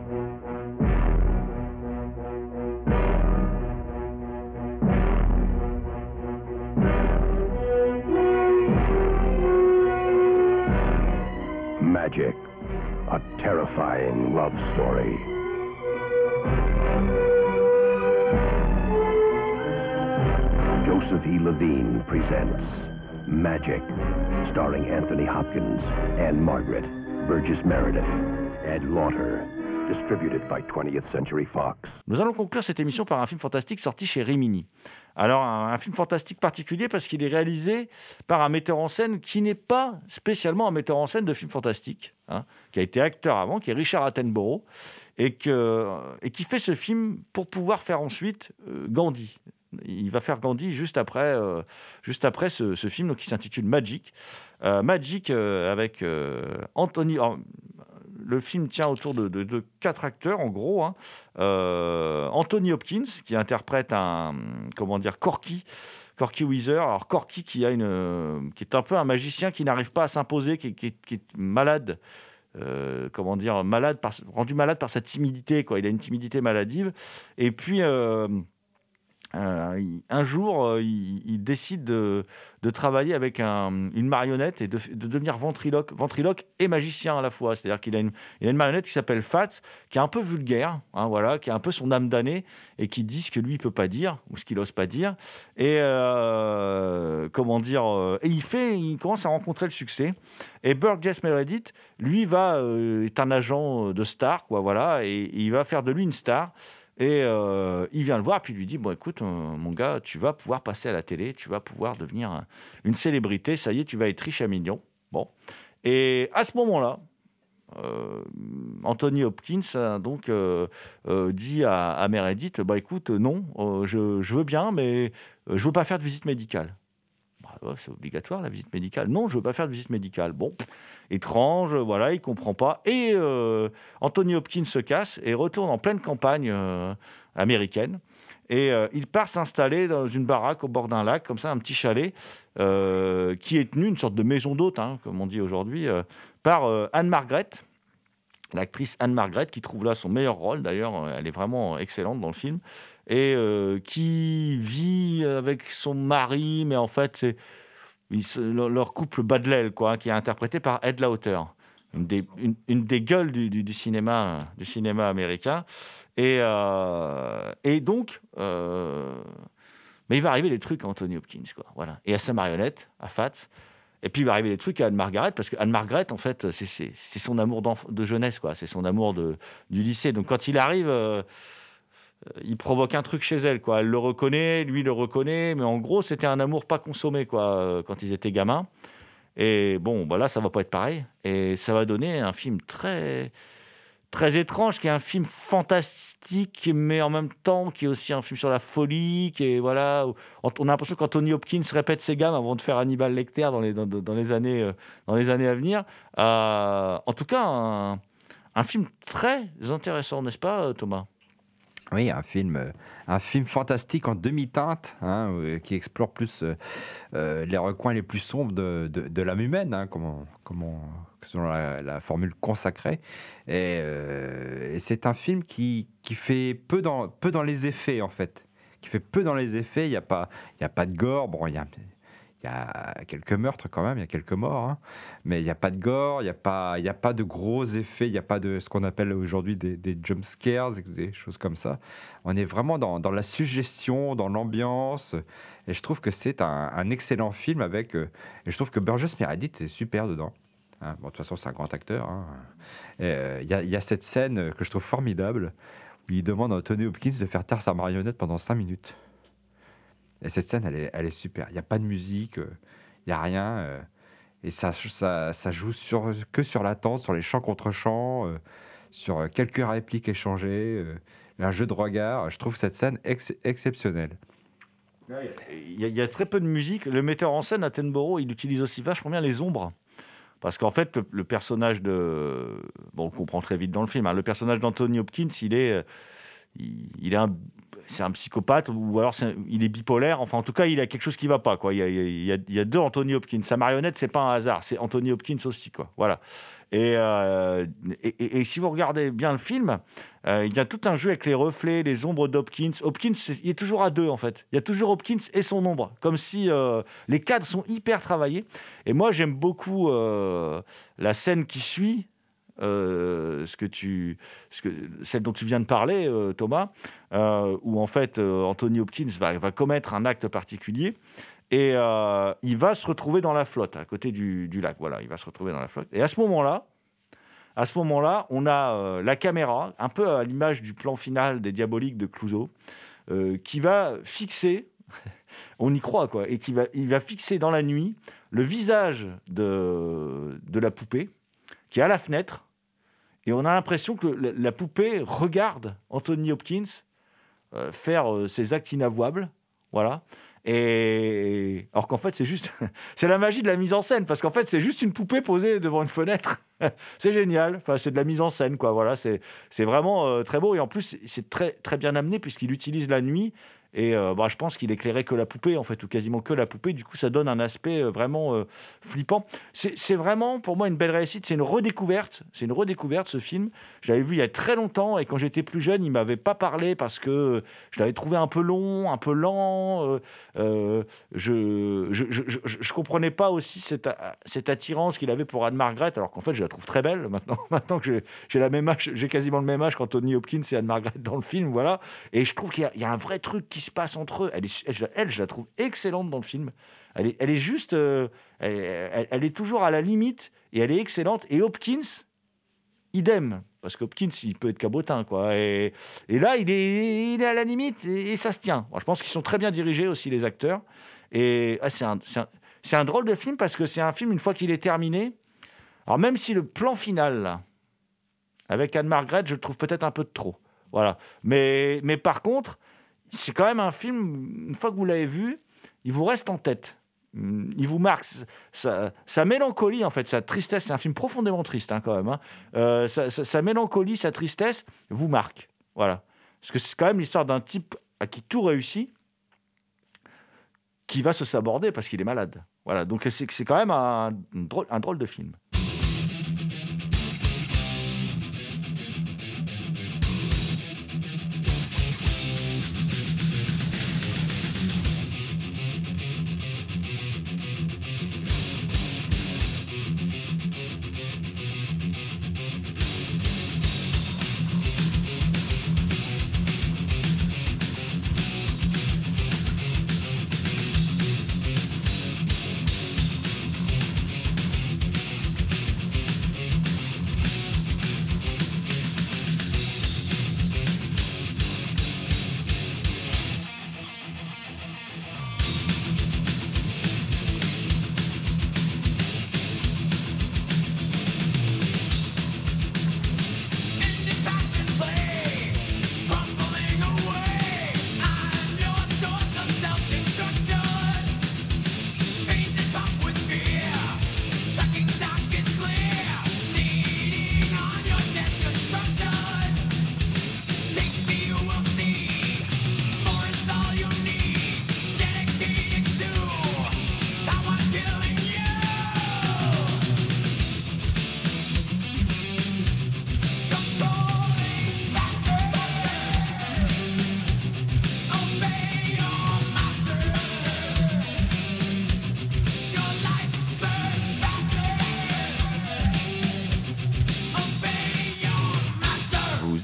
me! Magic, a terrifying love story. Joseph E. Levine presents Magic, starring Anthony Hopkins, Anne Margaret, Burgess Meredith, Ed Lauter, distributed by 20th Century Fox. Nous allons conclure cette émission par un film fantastique sorti chez Rimini. Alors, un film fantastique particulier parce qu'il est réalisé par un metteur en scène qui n'est pas spécialement un metteur en scène de films fantastiques, qui a été acteur avant, qui est Richard Attenborough, et qui fait ce film pour pouvoir faire ensuite Gandhi. Il va faire Gandhi juste après ce film donc, qui s'intitule Magic. Magic avec Anthony... le film tient autour de 4 acteurs, en gros. Anthony Hopkins, qui interprète Corky Weezer. Alors, Corky, qui est un peu un magicien qui n'arrive pas à s'imposer, qui est malade. Rendu malade par sa timidité, quoi. Il a une timidité maladive. Et puis... un jour, il décide de travailler avec une marionnette et de devenir ventriloque et magicien à la fois. C'est-à-dire qu'il a une marionnette qui s'appelle Fats, qui est un peu vulgaire, qui a un peu son âme damnée et qui dit ce que lui il peut pas dire ou ce qu'il ose pas dire. Et il commence à rencontrer le succès. Et Burgess Meredith, lui, est un agent de star, quoi, voilà, et il va faire de lui une star. Et il vient le voir, puis il lui dit « Bon, écoute, mon gars, tu vas pouvoir passer à la télé, tu vas pouvoir devenir une célébrité, ça y est, tu vas être riche à millions. » Bon. Et à ce moment-là, Anthony Hopkins donc dit à Meredith « Bah écoute, non, je veux bien, mais je veux pas faire de visite médicale. » C'est obligatoire la visite médicale. Non, je veux pas faire de visite médicale. Bon, étrange, voilà, il comprend pas. Et Anthony Hopkins se casse et retourne en pleine campagne américaine. Et il part s'installer dans une baraque au bord d'un lac, comme ça, un petit chalet, qui est tenu, une sorte de maison d'hôte, comme on dit aujourd'hui, par Anne Margaret, l'actrice Anne Margaret, qui trouve là son meilleur rôle. D'ailleurs, elle est vraiment excellente dans le film. Et qui vit avec son mari, mais en fait, leur couple bat de l'aile, quoi, qui est interprété par Ed Lauter, une des gueules du cinéma américain. Et donc, mais il va arriver des trucs à Anthony Hopkins, quoi, voilà. Et à sa marionnette, à Fats. Et puis il va arriver des trucs à Anne Margaret, parce qu'Anne Margaret, en fait, c'est son amour de jeunesse, quoi. C'est son amour du lycée. Donc quand il arrive... il provoque un truc chez elle, quoi. Elle le reconnaît, lui le reconnaît, mais en gros, c'était un amour pas consommé, quoi, quand ils étaient gamins. Et bon, là, ça va pas être pareil. Et ça va donner un film très, très étrange, qui est un film fantastique, mais en même temps qui est aussi un film sur la folie, qui est voilà, on a l'impression qu'Anthony Hopkins répète ses gammes avant de faire Hannibal Lecter dans les années à venir. En tout cas, un film très intéressant, n'est-ce pas, Thomas ? Oui, un film fantastique en demi-teinte, qui explore plus les recoins les plus sombres de l'âme humaine, selon la formule consacrée. Et c'est un film qui fait peu dans les effets, en fait. Qui fait peu dans les effets. Il y a pas de gore. Bon, il y a quelques meurtres quand même, il y a quelques morts, mais il n'y a pas de gore, il n'y a pas de gros effets, il n'y a pas de ce qu'on appelle aujourd'hui des jump scares, des choses comme ça. On est vraiment dans la suggestion, dans l'ambiance, et je trouve que c'est un excellent film et je trouve que Burgess Meredith est super dedans. Bon, de toute façon, c'est un grand acteur. Il y a cette scène que je trouve formidable, où il demande à Anthony Hopkins de faire taire sa marionnette pendant 5 minutes. Et cette scène, elle est super. Il n'y a pas de musique, il n'y a rien. Et ça joue que sur l'attente, sur les chants contre chants, sur quelques répliques échangées, un jeu de regard. Je trouve cette scène exceptionnelle. Il y a très peu de musique. Le metteur en scène, Attenborough, il utilise aussi vachement bien les ombres. Parce qu'en fait, le personnage on comprend très vite dans le film, le personnage d'Anthony Hopkins, c'est un psychopathe, ou alors il est bipolaire. Enfin, en tout cas, il a quelque chose qui ne va pas, quoi. Il y a deux Anthony Hopkins. Sa marionnette, c'est pas un hasard, c'est Anthony Hopkins aussi, quoi. Voilà. Et si vous regardez bien le film, il y a tout un jeu avec les reflets, les ombres d'Hopkins. Hopkins, il est toujours à deux, en fait. Il y a toujours Hopkins et son ombre, comme si les cadres sont hyper travaillés. Et moi, j'aime beaucoup la scène qui suit. Celle dont tu viens de parler, Thomas, où en fait Anthony Hopkins va commettre un acte particulier et il va se retrouver dans la flotte à côté du lac. Voilà, il va se retrouver dans la flotte. Et à ce moment-là, on a la caméra, un peu à l'image du plan final des Diaboliques de Clouseau, qui va fixer, on y croit, quoi, et il va fixer dans la nuit le visage de la poupée qui est à la fenêtre, et on a l'impression que la poupée regarde Anthony Hopkins faire ses actes inavouables, voilà. Et alors qu'en fait, c'est la magie de la mise en scène, parce qu'en fait, c'est juste une poupée posée devant une fenêtre. C'est génial. Enfin, c'est de la mise en scène, quoi. Voilà, c'est vraiment très beau, et en plus, c'est très très bien amené puisqu'il utilise la nuit. Et je pense qu'il éclairait que la poupée, en fait, ou quasiment que la poupée. Du coup, ça donne un aspect vraiment flippant. C'est vraiment, pour moi, une belle réussite. C'est une redécouverte, ce film. Je l'avais vu il y a très longtemps, et quand j'étais plus jeune, il ne m'avait pas parlé parce que je l'avais trouvé un peu long, un peu lent. Je ne comprenais pas aussi cette attirance qu'il avait pour Anne-Margaret, alors qu'en fait, je la trouve très belle maintenant que j'ai la même âge, j'ai quasiment le même âge qu'Anthony Hopkins et Anne-Margaret dans le film, voilà. Et je trouve qu'il y a un vrai truc qui se passe entre eux. Elle, je la trouve excellente dans le film. Elle est juste... elle est toujours à la limite, et elle est excellente. Et Hopkins, idem. Parce qu'Hopkins, il peut être cabotin, quoi. Et là, il est à la limite, et ça se tient. Bon, je pense qu'ils sont très bien dirigés aussi, les acteurs. Et c'est un drôle de film, parce que c'est un film, une fois qu'il est terminé... Alors, même si le plan final, là, avec Anne-Margaret, je le trouve peut-être un peu de trop. Voilà. Mais par contre... c'est quand même un film, une fois que vous l'avez vu, il vous reste en tête. Il vous marque. Sa mélancolie, en fait, sa tristesse, c'est un film profondément triste, quand même. Sa mélancolie, sa tristesse vous marque. Voilà. Parce que c'est quand même l'histoire d'un type à qui tout réussit, qui va se saborder parce qu'il est malade. Voilà. Donc c'est quand même un drôle de film.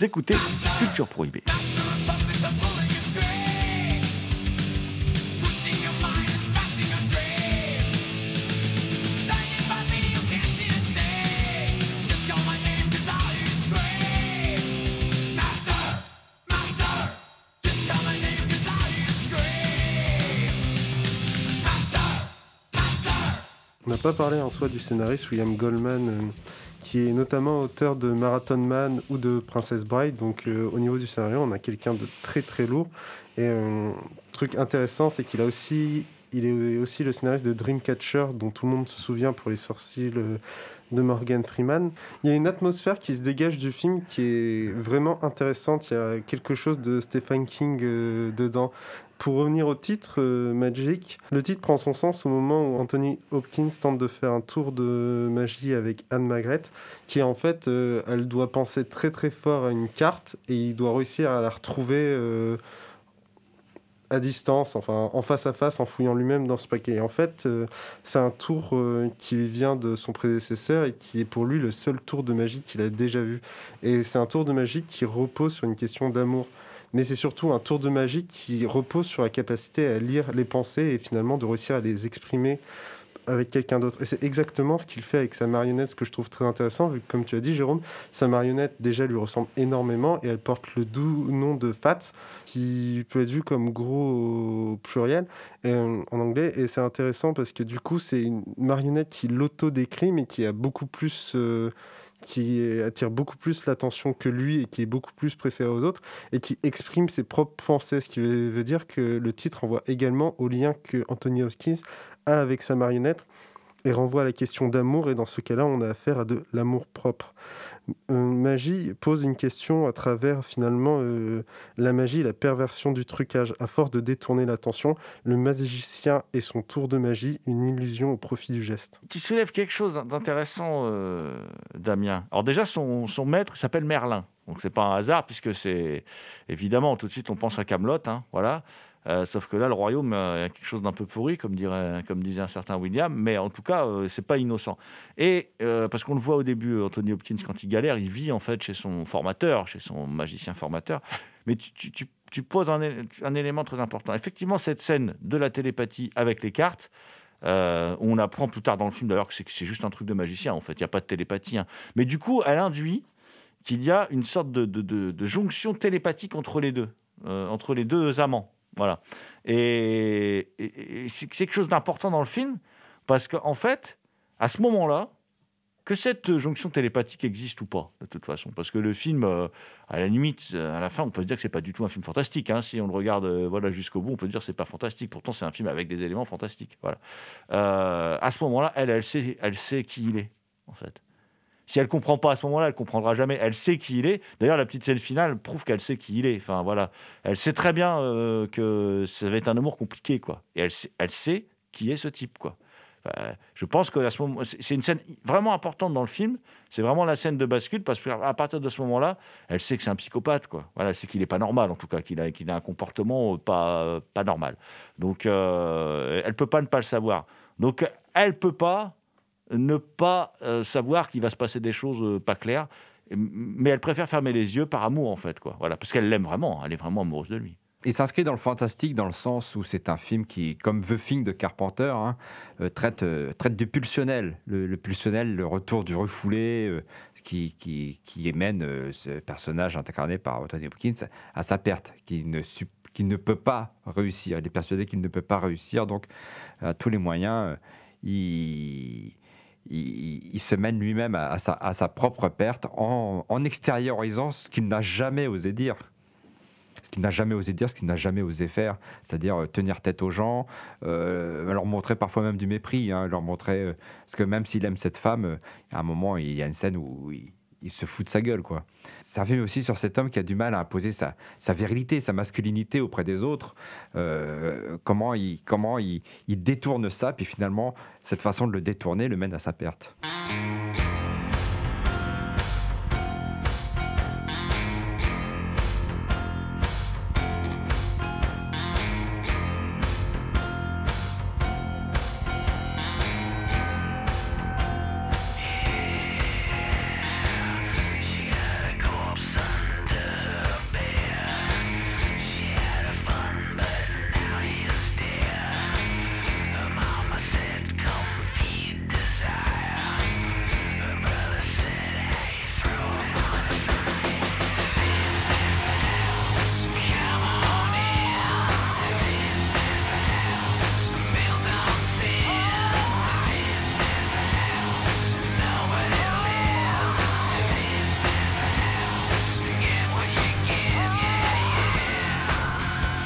Vous écoutez Culture Prohibée. On n'a pas parlé en soi du scénariste William Goldman, qui est notamment auteur de Marathon Man ou de Princess Bride. Donc au niveau du scénario, on a quelqu'un de très très lourd. Et truc intéressant, c'est il est aussi le scénariste de Dreamcatcher, dont tout le monde se souvient pour les sourcils de Morgan Freeman. Il y a une atmosphère qui se dégage du film qui est vraiment intéressante. Il y a quelque chose de Stephen King dedans. Pour revenir au titre, Magic, le titre prend son sens au moment où Anthony Hopkins tente de faire un tour de magie avec Anne Magret, qui en fait, elle doit penser très très fort à une carte et il doit réussir à la retrouver à distance, enfin en face à face, en fouillant lui-même dans ce paquet. Et en fait, c'est un tour qui vient de son prédécesseur et qui est pour lui le seul tour de magie qu'il a déjà vu. Et c'est un tour de magie qui repose sur une question d'amour. Mais c'est surtout un tour de magie qui repose sur la capacité à lire les pensées et finalement de réussir à les exprimer avec quelqu'un d'autre. Et c'est exactement ce qu'il fait avec sa marionnette, ce que je trouve très intéressant, vu que, comme tu as dit, Jérôme, sa marionnette déjà lui ressemble énormément et elle porte le doux nom de Fats, qui peut être vu comme gros au pluriel en anglais. Et c'est intéressant parce que du coup, c'est une marionnette qui l'auto-décrit, mais qui a beaucoup plus... qui attire beaucoup plus l'attention que lui et qui est beaucoup plus préféré aux autres et qui exprime ses propres pensées, ce qui veut dire que le titre renvoie également au lien que Anthony Hopkins a avec sa marionnette et renvoie à la question d'amour, et dans ce cas-là, on a affaire à de l'amour propre. Magie pose une question à travers finalement la magie, la perversion du trucage. À force de détourner l'attention, le magicien et son tour de magie, une illusion au profit du geste. Tu soulèves quelque chose d'intéressant, Damien. Alors déjà, son maître s'appelle Merlin. Donc c'est pas un hasard, puisque c'est évidemment tout de suite on pense à Kaamelott, hein, voilà. Sauf que là, le royaume, il y a quelque chose d'un peu pourri, comme disait un certain William, mais en tout cas, c'est pas innocent. Et parce qu'on le voit au début, Anthony Hopkins, quand il galère, il vit en fait chez son formateur, chez son magicien formateur. Mais tu poses un élément très important. Effectivement, cette scène de la télépathie avec les cartes, on apprend plus tard dans le film d'ailleurs que c'est juste un truc de magicien, en fait, il n'y a pas de télépathie. Hein. Mais du coup, elle induit qu'il y a une sorte de jonction télépathique entre les deux amants. Voilà. Et c'est quelque chose d'important dans le film, parce qu'en fait, à ce moment-là, que cette jonction télépathique existe ou pas, de toute façon. Parce que le film, à la limite, à la fin, on peut se dire que c'est pas du tout un film fantastique. Hein. Si on le regarde jusqu'au bout, on peut dire que c'est pas fantastique. Pourtant, c'est un film avec des éléments fantastiques. Voilà. À ce moment-là, elle sait qui il est, en fait. Si elle ne comprend pas à ce moment-là, elle ne comprendra jamais. Elle sait qui il est. D'ailleurs, la petite scène finale prouve qu'elle sait qui il est. Enfin, voilà. Elle sait très bien que ça va être un amour compliqué, quoi. Et elle sait qui est ce type, quoi. Enfin, je pense que à ce moment, c'est une scène vraiment importante dans le film. C'est vraiment la scène de bascule, parce qu'à partir de ce moment-là, elle sait que c'est un psychopathe, quoi. Voilà, c'est qu'il n'est pas normal, en tout cas, qu'il a un comportement pas normal. Donc, elle ne peut pas ne pas le savoir. Donc, elle ne peut pas ne pas savoir qu'il va se passer des choses pas claires, mais elle préfère fermer les yeux par amour, en fait, quoi. Voilà, parce qu'elle l'aime vraiment, elle est vraiment amoureuse de lui. Il s'inscrit dans le fantastique dans le sens où c'est un film qui, comme The Thing de Carpenter, traite du pulsionnel. Le pulsionnel, le retour du refoulé, qui mène ce personnage incarné par Anthony Hopkins à sa perte, qui ne peut pas réussir. Il est persuadé qu'il ne peut pas réussir, donc à tous les moyens, il se mène lui-même à sa propre perte en extériorisant ce qu'il n'a jamais osé dire. Ce qu'il n'a jamais osé faire, c'est-à-dire tenir tête aux gens, leur montrer parfois même du mépris, leur montrer... parce que même s'il aime cette femme, à un moment, il y a une scène où il se fout de sa gueule, quoi. C'est un film aussi sur cet homme qui a du mal à imposer sa virilité, sa masculinité auprès des autres. Comment il détourne ça, puis finalement, cette façon de le détourner le mène à sa perte.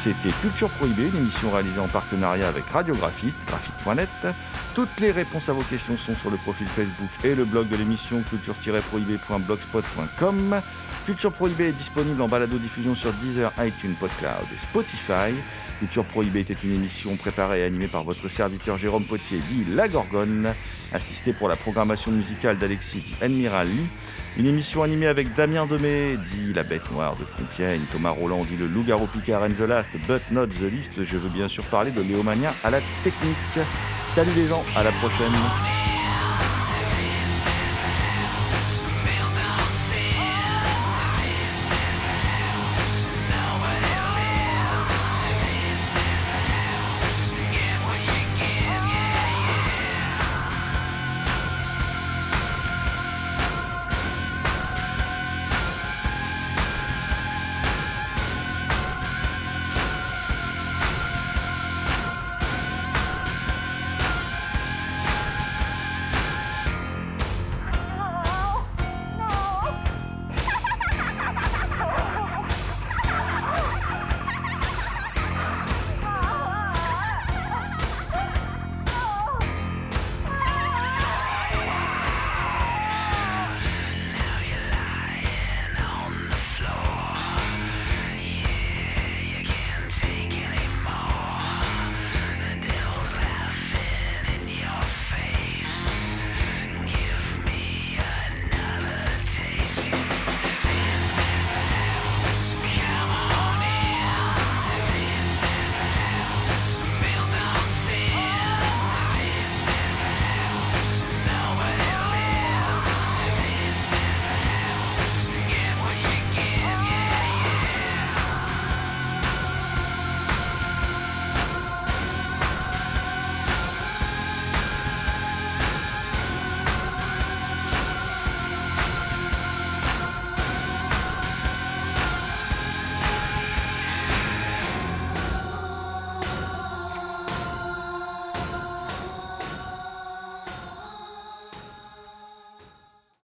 C'était Culture Prohibée, une émission réalisée en partenariat avec Radio Graphite, graphite.net. Toutes les réponses à vos questions sont sur le profil Facebook et le blog de l'émission culture-prohibée.blogspot.com. Culture Prohibée est disponible en balado-diffusion sur Deezer, iTunes, PodCloud et Spotify. Culture Prohibée était une émission préparée et animée par votre serviteur Jérôme Potier, dit La Gorgone, assisté pour la programmation musicale d'Alexis, dit Admiral Lee. Une émission animée avec Damien Demey, dit La Bête Noire de Compiègne, Thomas Roland, dit Le Loup-garou Picard and the Last, but not the least. Je veux bien sûr parler de Léomania à la technique. Salut les gens, à la prochaine.